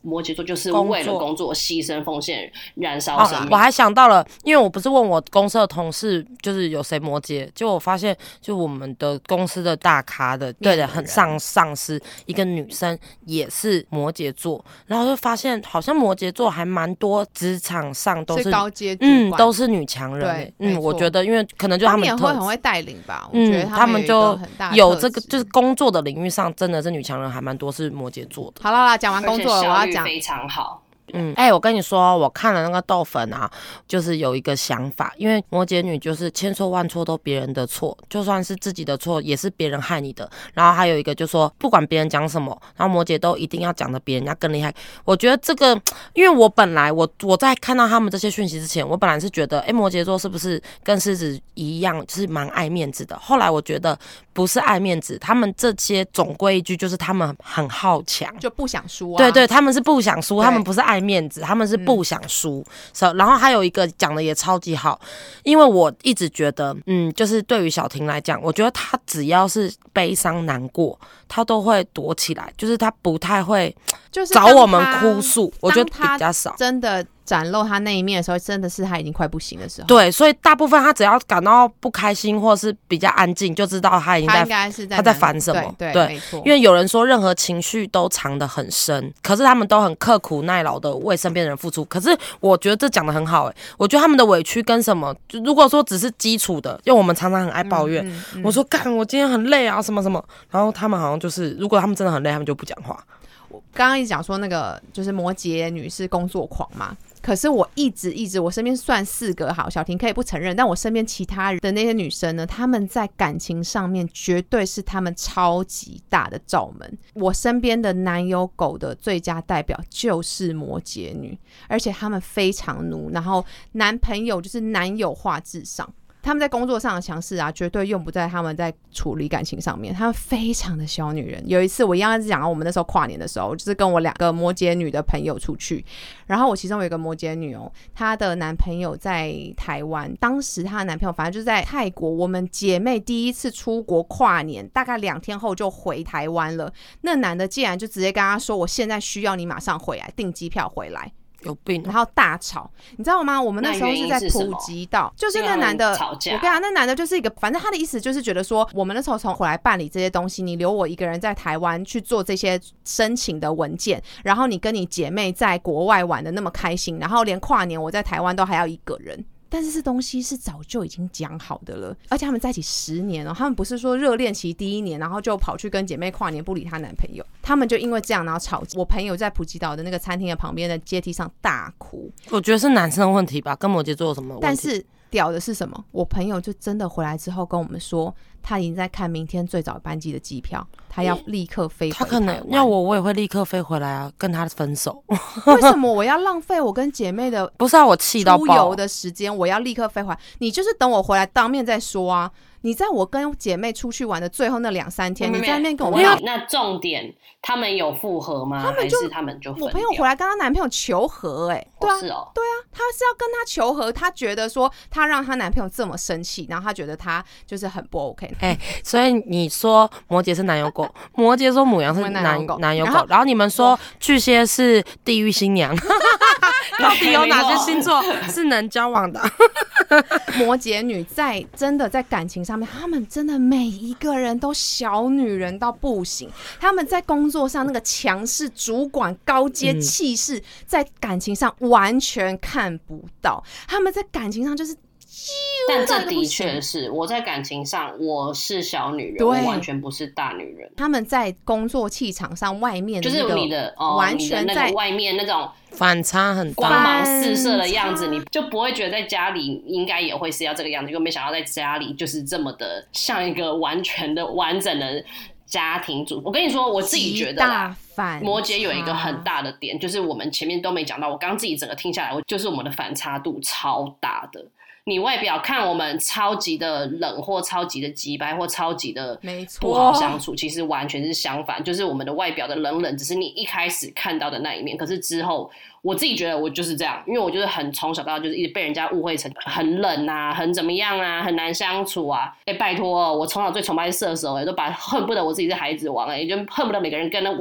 [SPEAKER 2] 摩羯座就是为了工作牺牲奉献燃烧生命、
[SPEAKER 3] 哦、我还想到了，因为我不是问我公司的同事就是有谁摩羯，结果我发现就我们的公司的大咖的对的很上上司一个女生也是摩羯座，然后就发现好像摩羯座还蛮多职场上都 是,
[SPEAKER 4] 是高阶主
[SPEAKER 3] 管，嗯，都是女强人、欸、嗯，我觉得因为可能就他们
[SPEAKER 4] 他们也会很会带领吧，我觉得
[SPEAKER 3] 他们就有这个就是工作的领域上真的是女强人还蛮多是摩羯座的。
[SPEAKER 4] 好了啦，讲完工作了，我要讲
[SPEAKER 2] 非常好。
[SPEAKER 3] 嗯，哎、欸，我跟你说，我看了那个豆粉啊，就是有一个想法，因为摩羯女就是千错万错都别人的错，就算是自己的错，也是别人害你的。然后还有一个就说，不管别人讲什么，然后摩羯都一定要讲的比人家更厉害。我觉得这个，因为我本来我我在看到他们这些讯息之前，我本来是觉得，哎、欸，摩羯座是不是跟狮子一样，就是蛮爱面子的？后来我觉得不是爱面子，他们这些总归一句就是他们很好强，
[SPEAKER 4] 就不想输啊。
[SPEAKER 3] 对对，他们是不想输，他们不是爱面子，他们是不想输、嗯 so, 然后还有一个讲的也超级好，因为我一直觉得嗯，就是对于小婷来讲，我觉得她只要是悲伤难过，她都会躲起来，就是她不太会找我们哭诉、就是、我觉得比较少。
[SPEAKER 4] 真的展露他那一面的时候，真的是他已经快不行的时候。
[SPEAKER 3] 对，所以大部分他只要感到不开心或是比较安静，就知道他已经在，
[SPEAKER 4] 他应该是在
[SPEAKER 3] 他在烦什么。
[SPEAKER 4] 对，
[SPEAKER 3] 对，
[SPEAKER 4] 没错。
[SPEAKER 3] 因为有人说任何情绪都藏得很深，可是他们都很刻苦耐劳的为身边的人付出。可是我觉得这讲得很好、欸，哎，我觉得他们的委屈跟什么，就如果说只是基础的，因为我们常常很爱抱怨，嗯嗯嗯、我说干，我今天很累啊，什么什么，然后他们好像就是，如果他们真的很累，他们就不讲话。
[SPEAKER 4] 我刚刚一直讲说那个就是摩羯女是工作狂嘛。可是我一直一直，我身边算四个好，小婷可以不承认，但我身边其他的那些女生呢，她们在感情上面绝对是她们超级大的罩门。我身边的男友狗的最佳代表就是摩羯女，而且她们非常奴，然后男朋友就是男友化至上。他们在工作上的强势啊，绝对用不在他们在处理感情上面。他们非常的小女人。有一次，我一样是讲到我们那时候跨年的时候，就是跟我两个摩羯女的朋友出去，然后我其中有一个摩羯女哦，她的男朋友在台湾，当时她的男朋友反正就是在泰国。我们姐妹第一次出国跨年，大概两天后就回台湾了。那男的竟然就直接跟她说：“我现在需要你马上回来，订机票回来。”
[SPEAKER 3] 有病、啊，
[SPEAKER 4] 然后大吵，你知道吗？我们那时候是在普吉岛，就是那男的，我跟你讲，那男的就是一个，反正他的意思就是觉得说，我们那时候从回来办理这些东西，你留我一个人在台湾去做这些申请的文件，然后你跟你姐妹在国外玩的那么开心，然后连跨年我在台湾都还要一个人。但是这东西是早就已经讲好的了，而且他们在一起十年了，他们不是说热恋期第一年然后就跑去跟姐妹跨年不理她男朋友，他们就因为这样然后吵架。我朋友在普吉岛的那个餐厅的旁边的阶梯上大哭。
[SPEAKER 3] 我觉得是男生的问题吧，跟摩羯座有什么问题？
[SPEAKER 4] 但是屌的是什么？我朋友就真的回来之后跟我们说，他已经在看明天最早班机的机票，他要立刻飞回台湾。他可能
[SPEAKER 3] 要我，我也会立刻飞回来啊，跟他分手。
[SPEAKER 4] 为什么我要浪费我跟姐妹的
[SPEAKER 3] 不是啊，我气到爆
[SPEAKER 4] 出游的时间，我要立刻飞回来？你就是等我回来当面再说啊！你在我跟姐妹出去玩的最后那两三天，你在那边跟我
[SPEAKER 2] 闹。那重点，他们有复合吗？
[SPEAKER 4] 他们就
[SPEAKER 2] 还是他们就分掉？
[SPEAKER 4] 我朋友回来跟她男朋友求和、欸，哎，对啊，
[SPEAKER 2] 哦是哦，
[SPEAKER 4] 对啊，她是要跟他求和，她觉得说她让她男朋友这么生气，然后她觉得她就是很不 OK。
[SPEAKER 3] 哎、欸，所以你说摩羯是男友狗，摩羯说牡羊是男男友狗，然后, 然后你们说巨蟹是地狱新娘。到底有哪些星座是能交往的？
[SPEAKER 4] 摩羯女在真的在感情上面，他们真的每一个人都小女人到不行。他们在工作上那个强势、主管、高阶气势，在感情上完全看不到。他们在感情上就是。
[SPEAKER 2] 但这的确是我在感情上我是小女人，我完全不是大女人。
[SPEAKER 4] 他们在工作气场上外面的、那個、
[SPEAKER 2] 就是你的、哦、
[SPEAKER 4] 完全在
[SPEAKER 2] 那个外面那种
[SPEAKER 3] 反差很大
[SPEAKER 2] 光芒四射的样子，你就不会觉得在家里应该也会是要这个样子，因为没想到在家里就是这么的像一个完全的完整的家庭主妇。我跟你说我自己觉得啦，摩羯有一个很大的点，就是我们前面都没讲到，我刚自己整个听下来，就是我们的反差度超大的。你外表看我们超级的冷或超级的急掰或超级的不好相处，其实完全是相反，就是我们的外表的冷冷只是你一开始看到的那一面，可是之后我自己觉得我就是这样，因为我就是很从小到大就是一直被人家误会成很冷啊，很怎么样啊，很难相处啊。哎、欸，拜托、哦，我从小最崇拜射手，哎，都把恨不得我自己是孩子王，哎，就恨不得每个人跟我都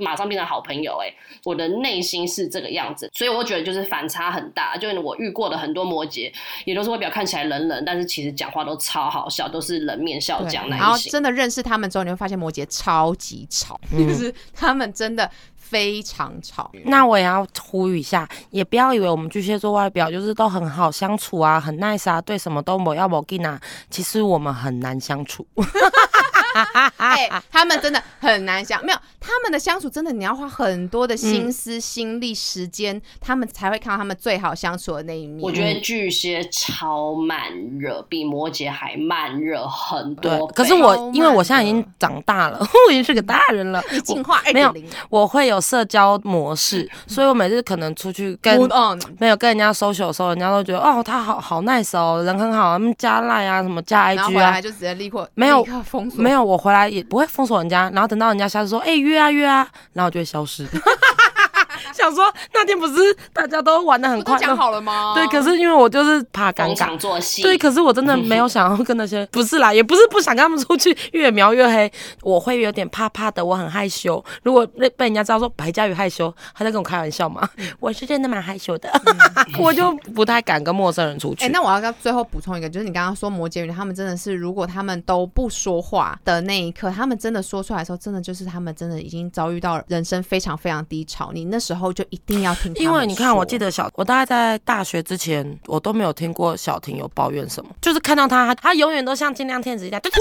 [SPEAKER 2] 马上变成好朋友、欸，哎，我的内心是这个样子，所以我觉得就是反差很大。就是我遇过的很多摩羯，也都是外表看起来冷冷，但是其实讲话都超好笑，都是冷面笑匠那一型。
[SPEAKER 4] 然后真的认识他们之后，你会发现摩羯超级吵，嗯、就是他们真的非常吵。
[SPEAKER 3] 那我也要呼吁一下，也不要以为我们巨蟹座外表就是都很好相处啊，很 nice 啊，对什么都没要没劲啊，其实我们很难相处。
[SPEAKER 4] 哎、欸，他们真的很难相，没有他们的相处真的你要花很多的心思、嗯、心力、时间，他们才会看到他们最好相处的那一面。
[SPEAKER 2] 我觉得巨蟹超慢热，比摩羯还慢热很多倍。
[SPEAKER 3] 对，可是我因为我现在已经长大了，我已经是个大人了，
[SPEAKER 4] 你进化二点零，
[SPEAKER 3] 我会有社交模式，所以我每次可能出去跟没有跟人家 social 的时候，人家都觉得哦他好好 nice 哦，人很好，他们加 line 啊什么加 I G 啊，然后回
[SPEAKER 4] 来就直接立刻
[SPEAKER 3] 没有
[SPEAKER 4] 立刻封锁，
[SPEAKER 3] 没有我回来也不会封锁人家，然后等到人家下次说哎、欸、约啊约啊，然后我就会消失。想说那天不是大家都玩得很快乐，
[SPEAKER 4] 不是讲好了吗？
[SPEAKER 3] 对，可是因为我就是怕尴尬
[SPEAKER 2] 做戏，
[SPEAKER 3] 对，可是我真的没有想要跟那些不是啦，也不是不想跟他们出去，越描越黑，我会有点怕怕的，我很害羞。如果被人家知道说白嘉瑜害羞，他在跟我开玩笑嘛，嗯、我是真的蛮害羞的，嗯、我就不太敢跟陌生人出去。
[SPEAKER 4] 哎、欸，那我要最后补充一个，就是你刚刚说摩羯女，他们真的是，如果他们都不说话的那一刻，他们真的说出来的时候，真的就是他们真的已经遭遇到人生非常非常低潮，你那时候就一定要听他们说。
[SPEAKER 3] 因为你看，我记得小我大概在大学之前，我都没有听过小婷有抱怨什么，就是看到他，他永远都像金亮天子一样，对，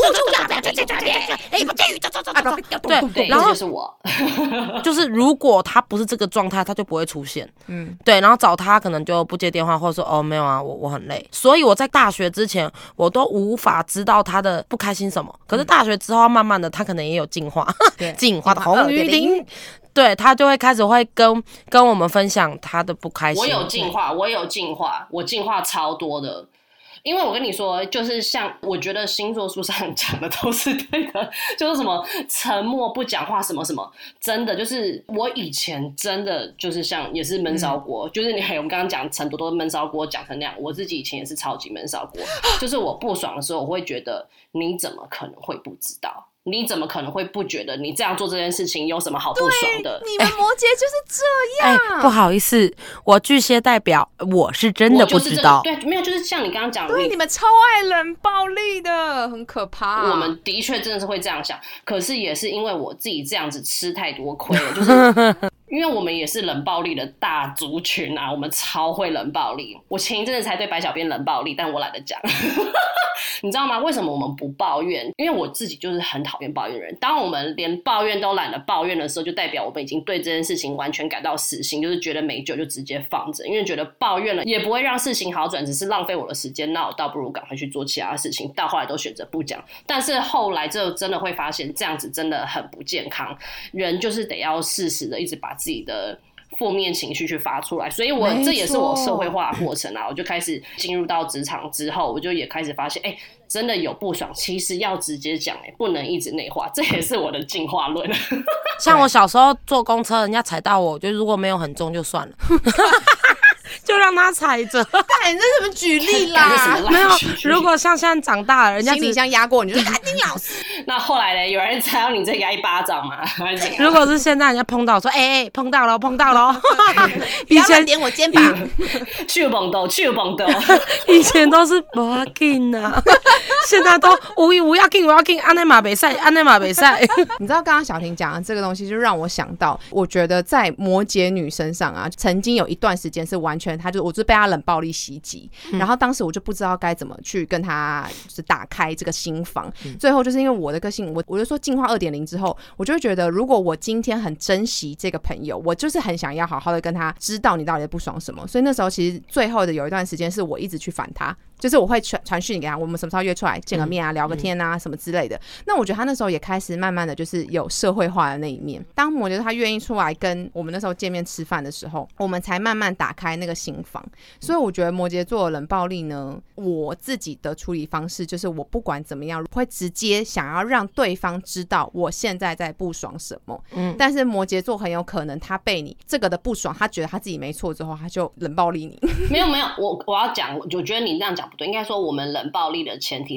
[SPEAKER 2] 对，然后就是我，
[SPEAKER 3] 就是如果他不是这个状态，他就不会出现，嗯，对，然后找他可能就不接电话，或者说哦没有啊，我我很累，所以我在大学之前，我都无法知道他的不开心什么，可是大学之后，慢慢的他可能也有进化，进化的红雨婷。对，他就会开始会跟跟我们分享他的不开心。
[SPEAKER 2] 我有进化，我有进化，我进化超多的。因为我跟你说，就是像我觉得星座书上讲的都是对的，就是什么沉默不讲话什么什么，真的就是我以前真的就是像也是闷烧锅，嗯、就是你还有我们刚刚讲很多都是闷烧锅讲成那样，我自己以前也是超级闷烧锅，就是我不爽的时候，我会觉得你怎么可能会不知道？你怎么可能会不觉得你这样做这件事情有什么好不爽的？
[SPEAKER 4] 你们摩羯就是这样。
[SPEAKER 3] 哎、欸，不好意思，我巨蟹代表，我是真的不知道。
[SPEAKER 2] 这个、对，没有，就是像你刚刚讲的，
[SPEAKER 4] 对，你们超爱冷暴力的，很可怕、啊。
[SPEAKER 2] 我们的确真的是会这样想，可是也是因为我自己这样子吃太多亏了，就是因为我们也是冷暴力的大族群啊，我们超会冷暴力。我前一阵子才对白小编冷暴力，但我懒得讲。你知道吗？为什么我们不抱怨？因为我自己就是很讨厌抱怨人。当我们连抱怨都懒得抱怨的时候，就代表我们已经对这件事情完全感到死心，就是觉得没救就直接放着，因为觉得抱怨了也不会让事情好转，只是浪费我的时间，那我倒不如赶快去做其他事情。到后来都选择不讲，但是后来就真的会发现这样子真的很不健康。人就是得要适时的一直把自己的负面情绪去发出来，所以我这也是我社会化的过程啊。我就开始进入到职场之后，我就也开始发现，哎、欸，真的有不爽，其实要直接讲，哎，不能一直内化，这也是我的进化论。
[SPEAKER 3] 像我小时候坐公车，人家踩到我，我觉得如果没有很重就算了。就让他踩着。
[SPEAKER 4] 但你这什么举例啦？
[SPEAKER 3] 没有，如果像现在长大了，人家
[SPEAKER 4] 行李箱压过你就说干你老师。
[SPEAKER 2] 那后来呢？有人踩到你再给他一巴掌吗？
[SPEAKER 3] 如果是现在人家碰到说，哎、欸、哎、欸、碰到了碰到了，
[SPEAKER 4] 以前点我肩膀，
[SPEAKER 2] 去蹦斗去蹦斗，
[SPEAKER 3] 以前都是不要紧啊，现在都无无要紧无要紧，安内马比赛安内马比赛。
[SPEAKER 4] 你知道刚刚小婷讲的这个东西，就让我想到，我觉得在摩羯女身上啊，曾经有一段时间是完全，她就我就被她冷暴力袭击、嗯，然后当时我就不知道该怎么去跟她就是打开这个心房、嗯。最后就是因为我的个性，我我就说进化二点零之后，我就会觉得，如果我今天很珍惜这个朋友，我就是很想要好好的跟他知道你到底不爽什么。所以那时候其实最后的有一段时间是我一直去烦他。就是我会传传讯给他，我们什么时候约出来见个面啊、嗯、聊个天啊、嗯、什么之类的。那我觉得他那时候也开始慢慢的就是有社会化的那一面。当摩羯他愿意出来跟我们那时候见面吃饭的时候，我们才慢慢打开那个心房。所以我觉得摩羯座的冷暴力呢，我自己的处理方式就是我不管怎么样会直接想要让对方知道我现在在不爽什么。嗯，但是摩羯座很有可能他被你这个的不爽，他觉得他自己没错之后，他就冷暴力你。
[SPEAKER 2] 没有没有，我我要讲，我觉得你这样讲不对，应该说我们冷暴力的前提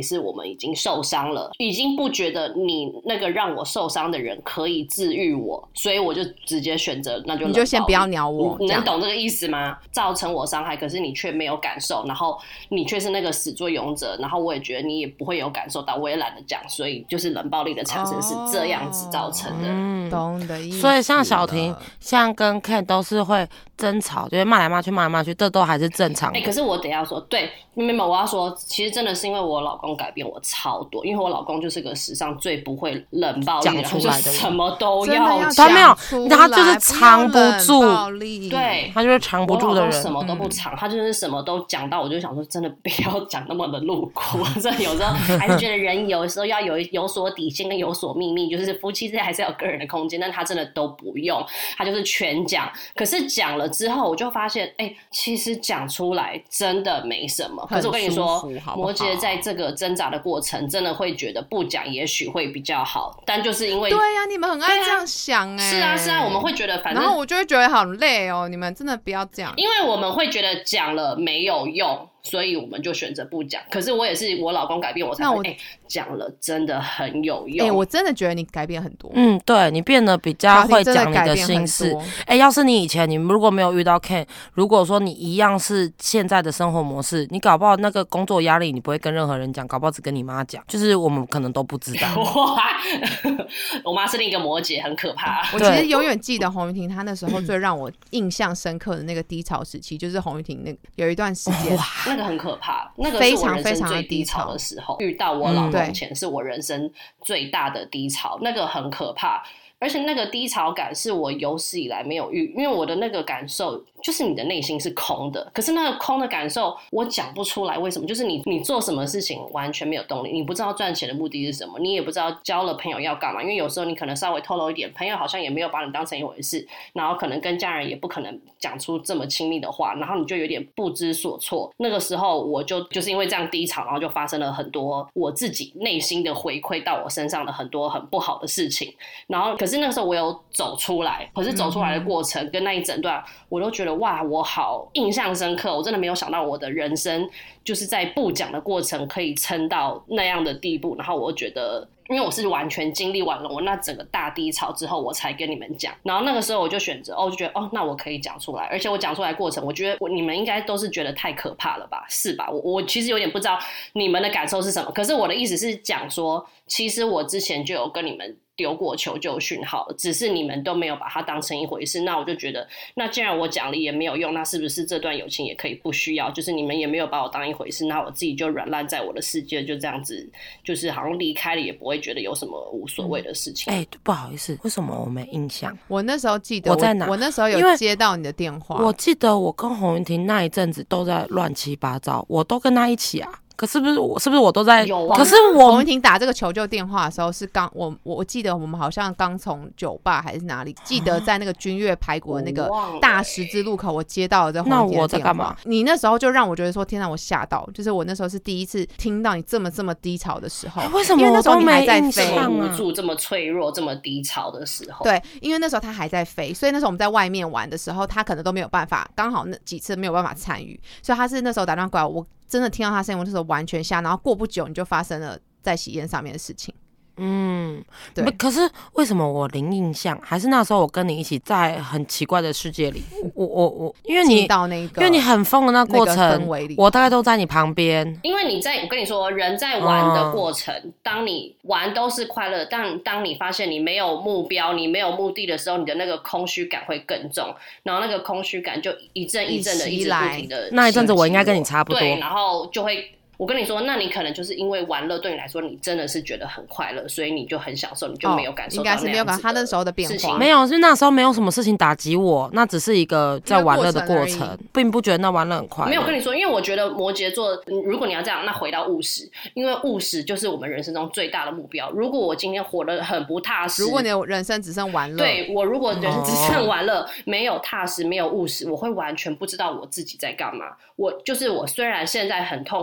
[SPEAKER 2] 是我们已经受伤了，已经不觉得你那个让我受伤的人可以治愈我，所以我就直接选择那就
[SPEAKER 4] 你就先不要鸟我，
[SPEAKER 2] 你能懂这个意思吗？造成我伤害，可是你却没有感受，然后你却是那个始作俑者，然后我也觉得你也不会有感受到，我也懒得讲，所以就是冷暴力的产生是这样子造成的。
[SPEAKER 3] 嗯，
[SPEAKER 4] 懂的意思。
[SPEAKER 3] 所以像小婷，像跟 Ken 都是会争吵，就是骂来骂去，骂来骂去，这都还是正常的。
[SPEAKER 2] 哎、欸，可是我得要说，对，没有，我要说，其实真的是因为我老公改变我超多，因为我老公就是个史上最不会冷暴力，
[SPEAKER 3] 讲出来的人，
[SPEAKER 2] 什么都要
[SPEAKER 4] 讲，
[SPEAKER 3] 他没有，他就是藏不住，
[SPEAKER 2] 对，
[SPEAKER 3] 他就是藏不住的人，
[SPEAKER 2] 什么都不藏，嗯、他就是什么都讲到，我就想说，真的不要讲那么的露骨，真的有时候还是觉得人有时候要有有所底线跟有所秘密，就是夫妻之间还是要有个人的空间，但他真的都不用，他就是全讲。可是讲了之后，我就发现，哎、欸，其实讲出来真的没什么。可是我跟你说，好不好摩羯在这个挣扎的过程，真的会觉得不讲也许会比较好，但就是因为
[SPEAKER 4] 对呀、啊，你们很爱这样想哎、欸，
[SPEAKER 2] 是啊是啊，我们会觉得反正，
[SPEAKER 4] 然后我就会觉得好累哦，你们真的不要这样，
[SPEAKER 2] 因为我们会觉得讲了没有用。所以我们就选择不讲。可是我也是我老公改变我才会，哎，讲、欸、了真的很有用。
[SPEAKER 4] 哎、欸，我真的觉得你改变很多。
[SPEAKER 3] 嗯，对，你变得比较会讲你的心事。哎、欸，要是你以前你如果没有遇到 Ken， 如果说你一样是现在的生活模式，你搞不好那个工作压力你不会跟任何人讲，搞不好只跟你妈讲，就是我们可能都不知道。
[SPEAKER 2] 我妈是另一个摩羯，很可怕。
[SPEAKER 4] 我其实永远记得洪玉婷她那时候最让我印象深刻的那个低潮时期，就是洪玉婷那有一段时间。
[SPEAKER 2] 哇，那个很可怕，那个是我人生最低潮的时候，遇到我老公前是我人生最大的低潮，那个很可怕。而且那个低潮感是我有史以来没有遇，因为我的那个感受就是你的内心是空的，可是那个空的感受我讲不出来为什么，就是你你做什么事情完全没有动力，你不知道赚钱的目的是什么，你也不知道交了朋友要干嘛，因为有时候你可能稍微透露一点，朋友好像也没有把你当成一回事，然后可能跟家人也不可能讲出这么亲密的话，然后你就有点不知所措。那个时候我就就是因为这样低潮，然后就发生了很多我自己内心的回馈到我身上的很多很不好的事情，然后可是那个时候我有走出来，可是走出来的过程跟那一整段我都觉得哇，我好印象深刻，我真的没有想到我的人生就是在不讲的过程可以撑到那样的地步，然后我觉得因为我是完全经历完了我那整个大低潮之后我才跟你们讲，然后那个时候我就选择哦，就觉得哦，那我可以讲出来，而且我讲出来的过程我觉得我你们应该都是觉得太可怕了吧，是吧？我我其实有点不知道你们的感受是什么，可是我的意思是讲说其实我之前就有跟你们丢过求救讯号，只是你们都没有把它当成一回事，那我就觉得那既然我讲了也没有用，那是不是这段友情也可以不需要，就是你们也没有把我当一回事，那我自己就软烂在我的世界，就这样子就是好像离开了也不会觉得有什么无所谓的事情。
[SPEAKER 3] 哎、嗯欸，不好意思，为什么我没印象？
[SPEAKER 4] 我那时候记得 我,
[SPEAKER 3] 我在哪？
[SPEAKER 4] 我那时候有接到你的电话，
[SPEAKER 3] 我记得我跟洪云婷那一阵子都在乱七八糟，我都跟他一起啊。可是不是我是不是我都在？
[SPEAKER 2] 有啊。
[SPEAKER 3] 可是我
[SPEAKER 4] 洪云婷打这个求救电话的时候是刚我我记得我们好像刚从酒吧还是哪里，记得在那个君悦排骨的那个大十字路口，我接到了这洪云婷的电话。
[SPEAKER 3] 那我在干嘛？
[SPEAKER 4] 你那时候就让我觉得说，天哪，我吓到！就是我那时候是第一次听到你这么这么低潮的时候。
[SPEAKER 3] 为什么我都没印象啊？
[SPEAKER 2] 这么无助、这么脆弱、这么低潮的时候。
[SPEAKER 4] 对，因为那时候他还在飞，所以那时候我们在外面玩的时候，他可能都没有办法，刚好那几次没有办法参与，所以他是那时候打电话过来，我真的听到他声音，我那时候完全吓，然后过不久你就发生了在喜宴上面的事情。
[SPEAKER 3] 嗯，
[SPEAKER 4] 对。
[SPEAKER 3] 可是为什么我零印象？还是那时候我跟你一起在很奇怪的世界里，我我我，因为你
[SPEAKER 4] 到那个，
[SPEAKER 3] 因为你很疯的那过程，
[SPEAKER 4] 那个氛围里，
[SPEAKER 3] 我大概都在你旁边。
[SPEAKER 2] 因为你在，我跟你说，人在玩的过程，嗯、当你玩都是快乐，但当你发现你没有目标、你没有目的的时候，你的那个空虚感会更重，然后那个空虚感就一阵一阵的，一直不停的。
[SPEAKER 3] 那一阵子我应该跟你差不多，
[SPEAKER 2] 对，然后就会。我跟你说，那你可能就是因为玩乐对你来说，你真的是觉得很快乐，所以你就很享受，你就没有感受到那样子的事情。应该是没有感受他
[SPEAKER 4] 那时候的变化，
[SPEAKER 3] 没有，是那时候没有什么事情打击我，那只是一个在玩乐的过程，过程并不觉得那玩乐很快乐。
[SPEAKER 2] 没有，跟你说，因为我觉得摩羯座，如果你要这样，那回到务实，因为务实就是我们人生中最大的目标。如果我今天活得很不踏实，
[SPEAKER 4] 如果你的人生只剩玩乐，
[SPEAKER 2] 对我如果人生只剩玩乐，哦、没有踏实，没有务实，我会完全不知道我自己在干嘛。我就是我，虽然现在很痛苦，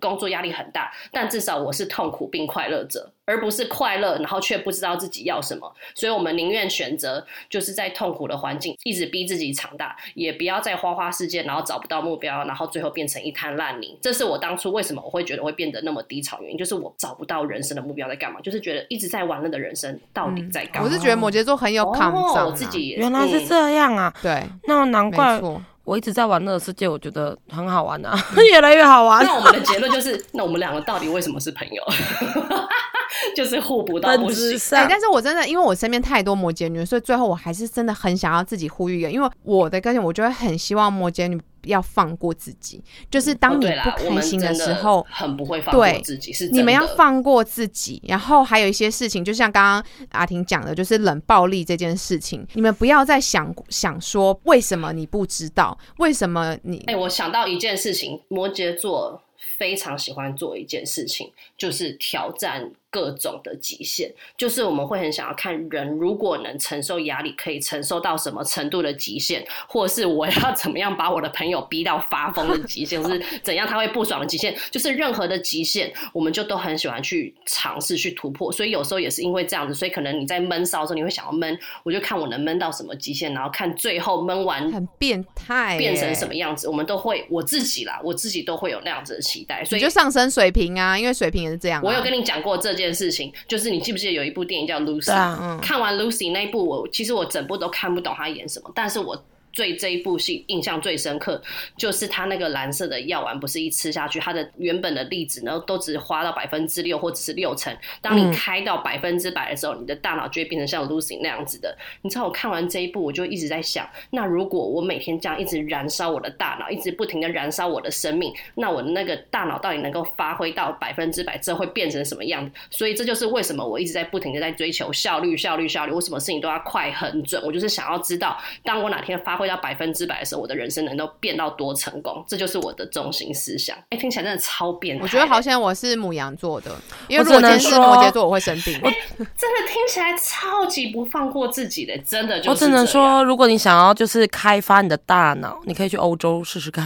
[SPEAKER 2] 工作压力很大，但至少我是痛苦并快乐者，而不是快乐然后却不知道自己要什么。所以我们宁愿选择就是在痛苦的环境一直逼自己长大，也不要在花花世界然后找不到目标，然后最后变成一滩烂泥。这是我当初为什么我会觉得会变得那么低潮原因，就是我找不到人生的目标在干嘛，就是觉得一直在玩乐的人生到底在干嘛、
[SPEAKER 4] 嗯、我是觉得摩羯座很有抗争、啊
[SPEAKER 2] 哦、我自己也
[SPEAKER 3] 原来是这样啊、
[SPEAKER 4] 嗯、对，
[SPEAKER 3] 那难怪我一直在玩乐的世界，我觉得很好玩啊，越来越好玩。
[SPEAKER 2] 那我们的结论就是，那我们两个到底为什么是朋友？就是互补到不行。
[SPEAKER 4] 对，但是我真的因为我身边太多摩羯女，所以最后我还是真的很想要自己呼吁一个，因为我的个性，我就会很希望摩羯女要放过自己，就是当你不开心的时候，
[SPEAKER 2] 哦、很不会放过自己，是真的。
[SPEAKER 4] 你们要放过自己，然后还有一些事情，就像刚刚阿婷讲的，就是冷暴力这件事情，你们不要再想想说为什么你不知道，为什么你……
[SPEAKER 2] 哎、欸，我想到一件事情，摩羯座非常喜欢做一件事情，就是挑战各种的极限，就是我们会很想要看人如果能承受压力可以承受到什么程度的极限，或是我要怎么样把我的朋友逼到发疯的极限，或是怎样他会不爽的极限，就是任何的极限我们就都很喜欢去尝试去突破。所以有时候也是因为这样子，所以可能你在闷骚的时候你会想要闷，我就看我能闷到什么极限，然后看最后闷完
[SPEAKER 4] 很变态
[SPEAKER 2] 变成什么样子。我们都会，我自己啦我自己都会有那样子的期待，所以
[SPEAKER 4] 你就上升水平啊，因为水平也是这样、啊、
[SPEAKER 2] 我有跟你讲过这件事情，就是你记不记得有一部电影叫 Lucy、
[SPEAKER 3] 啊
[SPEAKER 2] 嗯、看完 Lucy 那一部，我其实我整部都看不懂他演什么，但是我对这一部戏印象最深刻，就是他那个蓝色的药丸不是一吃下去，它的原本的粒子呢都只花到百分之六或者是六成，当你开到百分之百的时候、嗯、你的大脑就会变成像 Lucy 那样子的。你知道我看完这一部我就一直在想，那如果我每天这样一直燃烧我的大脑，一直不停的燃烧我的生命，那我的那个大脑到底能够发挥到百分之百之后会变成什么样子？所以这就是为什么我一直在不停的在追求效率效率效率，为什么事情都要快很准，我就是想要知道当我哪天发挥到百分之百的时候，我的人生能够变到多成功，这就是我的中心思想。哎、欸，听起来真的超变态。
[SPEAKER 4] 我觉得好像我是牡羊座的，因为如果今天是摩羯座，我会生病。
[SPEAKER 2] 欸、真的听起来超级不放过自己的，真的就是这样。
[SPEAKER 3] 我只能说，如果你想要就是开发你的大脑，你可以去欧洲试试看。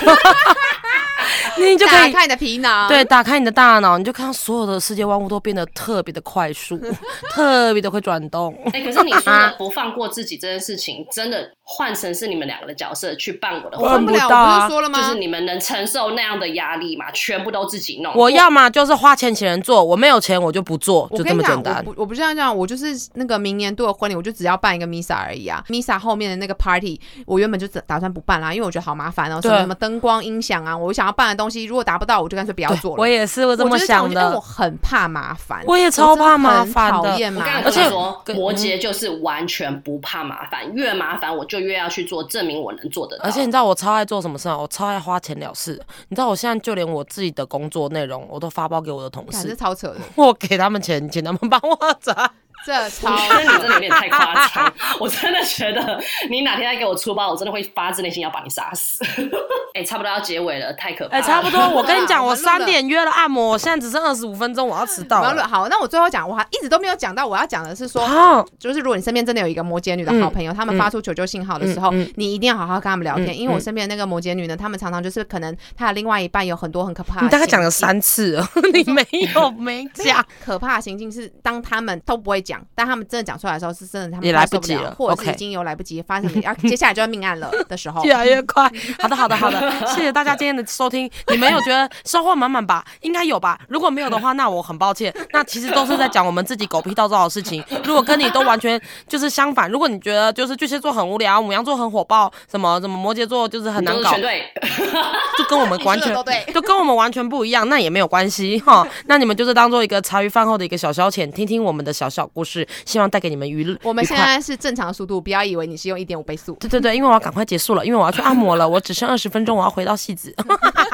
[SPEAKER 3] 你就可以
[SPEAKER 4] 打开你的皮囊，
[SPEAKER 3] 对，打开你的大脑，你就看到所有的世界万物都变得特别的快速，特别的会转动。
[SPEAKER 2] 哎、欸，可是你说的不放过自己这件事情，真的换成是你们两个的角色去办我的话，
[SPEAKER 4] 换不了，我不是说了吗？
[SPEAKER 2] 就是你们能承受那样的压力吗？全部都自己弄。
[SPEAKER 3] 我要嘛就是花钱请人做，我没有钱我就不做，就这么简单。
[SPEAKER 4] 我不，我不是这样讲，我就是那个明年度的婚礼，我就只要办一个 Misa 而已啊。Misa 后面的那个 party， 我原本就打算不办啦，因为我觉得好麻烦哦，什么什么灯光、音响啊，我想要办的东西，如果达不到，我就干脆不要做了。
[SPEAKER 3] 我也是，我这么想的。
[SPEAKER 4] 因为我很怕麻烦，
[SPEAKER 3] 我也超怕麻烦的。
[SPEAKER 2] 我刚才跟你说，摩羯就是完全不怕麻烦，越麻烦我就越要去做，证明我能做得到。
[SPEAKER 3] 而且你知道我超爱做什么事吗？我超爱花钱了事。你知道我现在就连我自己的工作内容，我都发包给我的同事，
[SPEAKER 4] 这超扯的。
[SPEAKER 3] 我给他们钱，请他们帮我找。
[SPEAKER 4] 这超，
[SPEAKER 2] 我觉得你真的有点太夸张，我真的觉得你哪天再给我出包，我真的会发自内心要把你杀死。哎、欸，差不多要结尾了，太可怕了。
[SPEAKER 3] 哎、欸，差不多。我跟你讲，我三点约了按摩，我现在只剩二十五分钟，我要迟到了。
[SPEAKER 4] 好，那我最后讲，我还一直都没有讲到，我要讲的是说，就是如果你身边真的有一个摩羯女的好朋友，嗯、他们发出求救信号的时候，嗯嗯、你一定要好好跟他们聊天，嗯、因为我身边的那个摩羯女呢，他们常常就是可能她的另外一半有很多很可怕的。
[SPEAKER 3] 你大概讲了三次了，你没有没讲。
[SPEAKER 4] 可怕的行径是当他们都不会讲，但他们真的讲出来的时候，是真的他们
[SPEAKER 3] 也来不及了，
[SPEAKER 4] 或者是已经有来不及发生，要接下来就要命案了的时候，
[SPEAKER 3] 越来越快。好的，好的，好的，谢谢大家今天的收听。你们有觉得收获满满吧？应该有吧？如果没有的话，那我很抱歉。那其实都是在讲我们自己狗屁倒灶的事情。如果跟你都完全就是相反，如果你觉得就是巨蟹座很无聊，牡羊座很火爆，什么什么摩羯座就是很难搞，就跟我们完全就跟我们完全不一样，那也没有关系哈。那你们就是当做一个茶余饭后的一个小消遣，听听我们的小小故事，希望带给你们娱乐。
[SPEAKER 4] 我们现在是正常的速度，不要以为你是用 一点五 倍速。
[SPEAKER 3] 对对对，因为我要赶快结束了，因为我要去按摩了，我只剩二十分钟，我要回到戏子。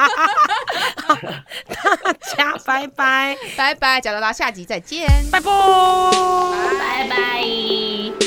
[SPEAKER 3] 大家拜拜，
[SPEAKER 4] 拜拜，假如到下集再见，
[SPEAKER 3] 拜拜，
[SPEAKER 2] 拜拜。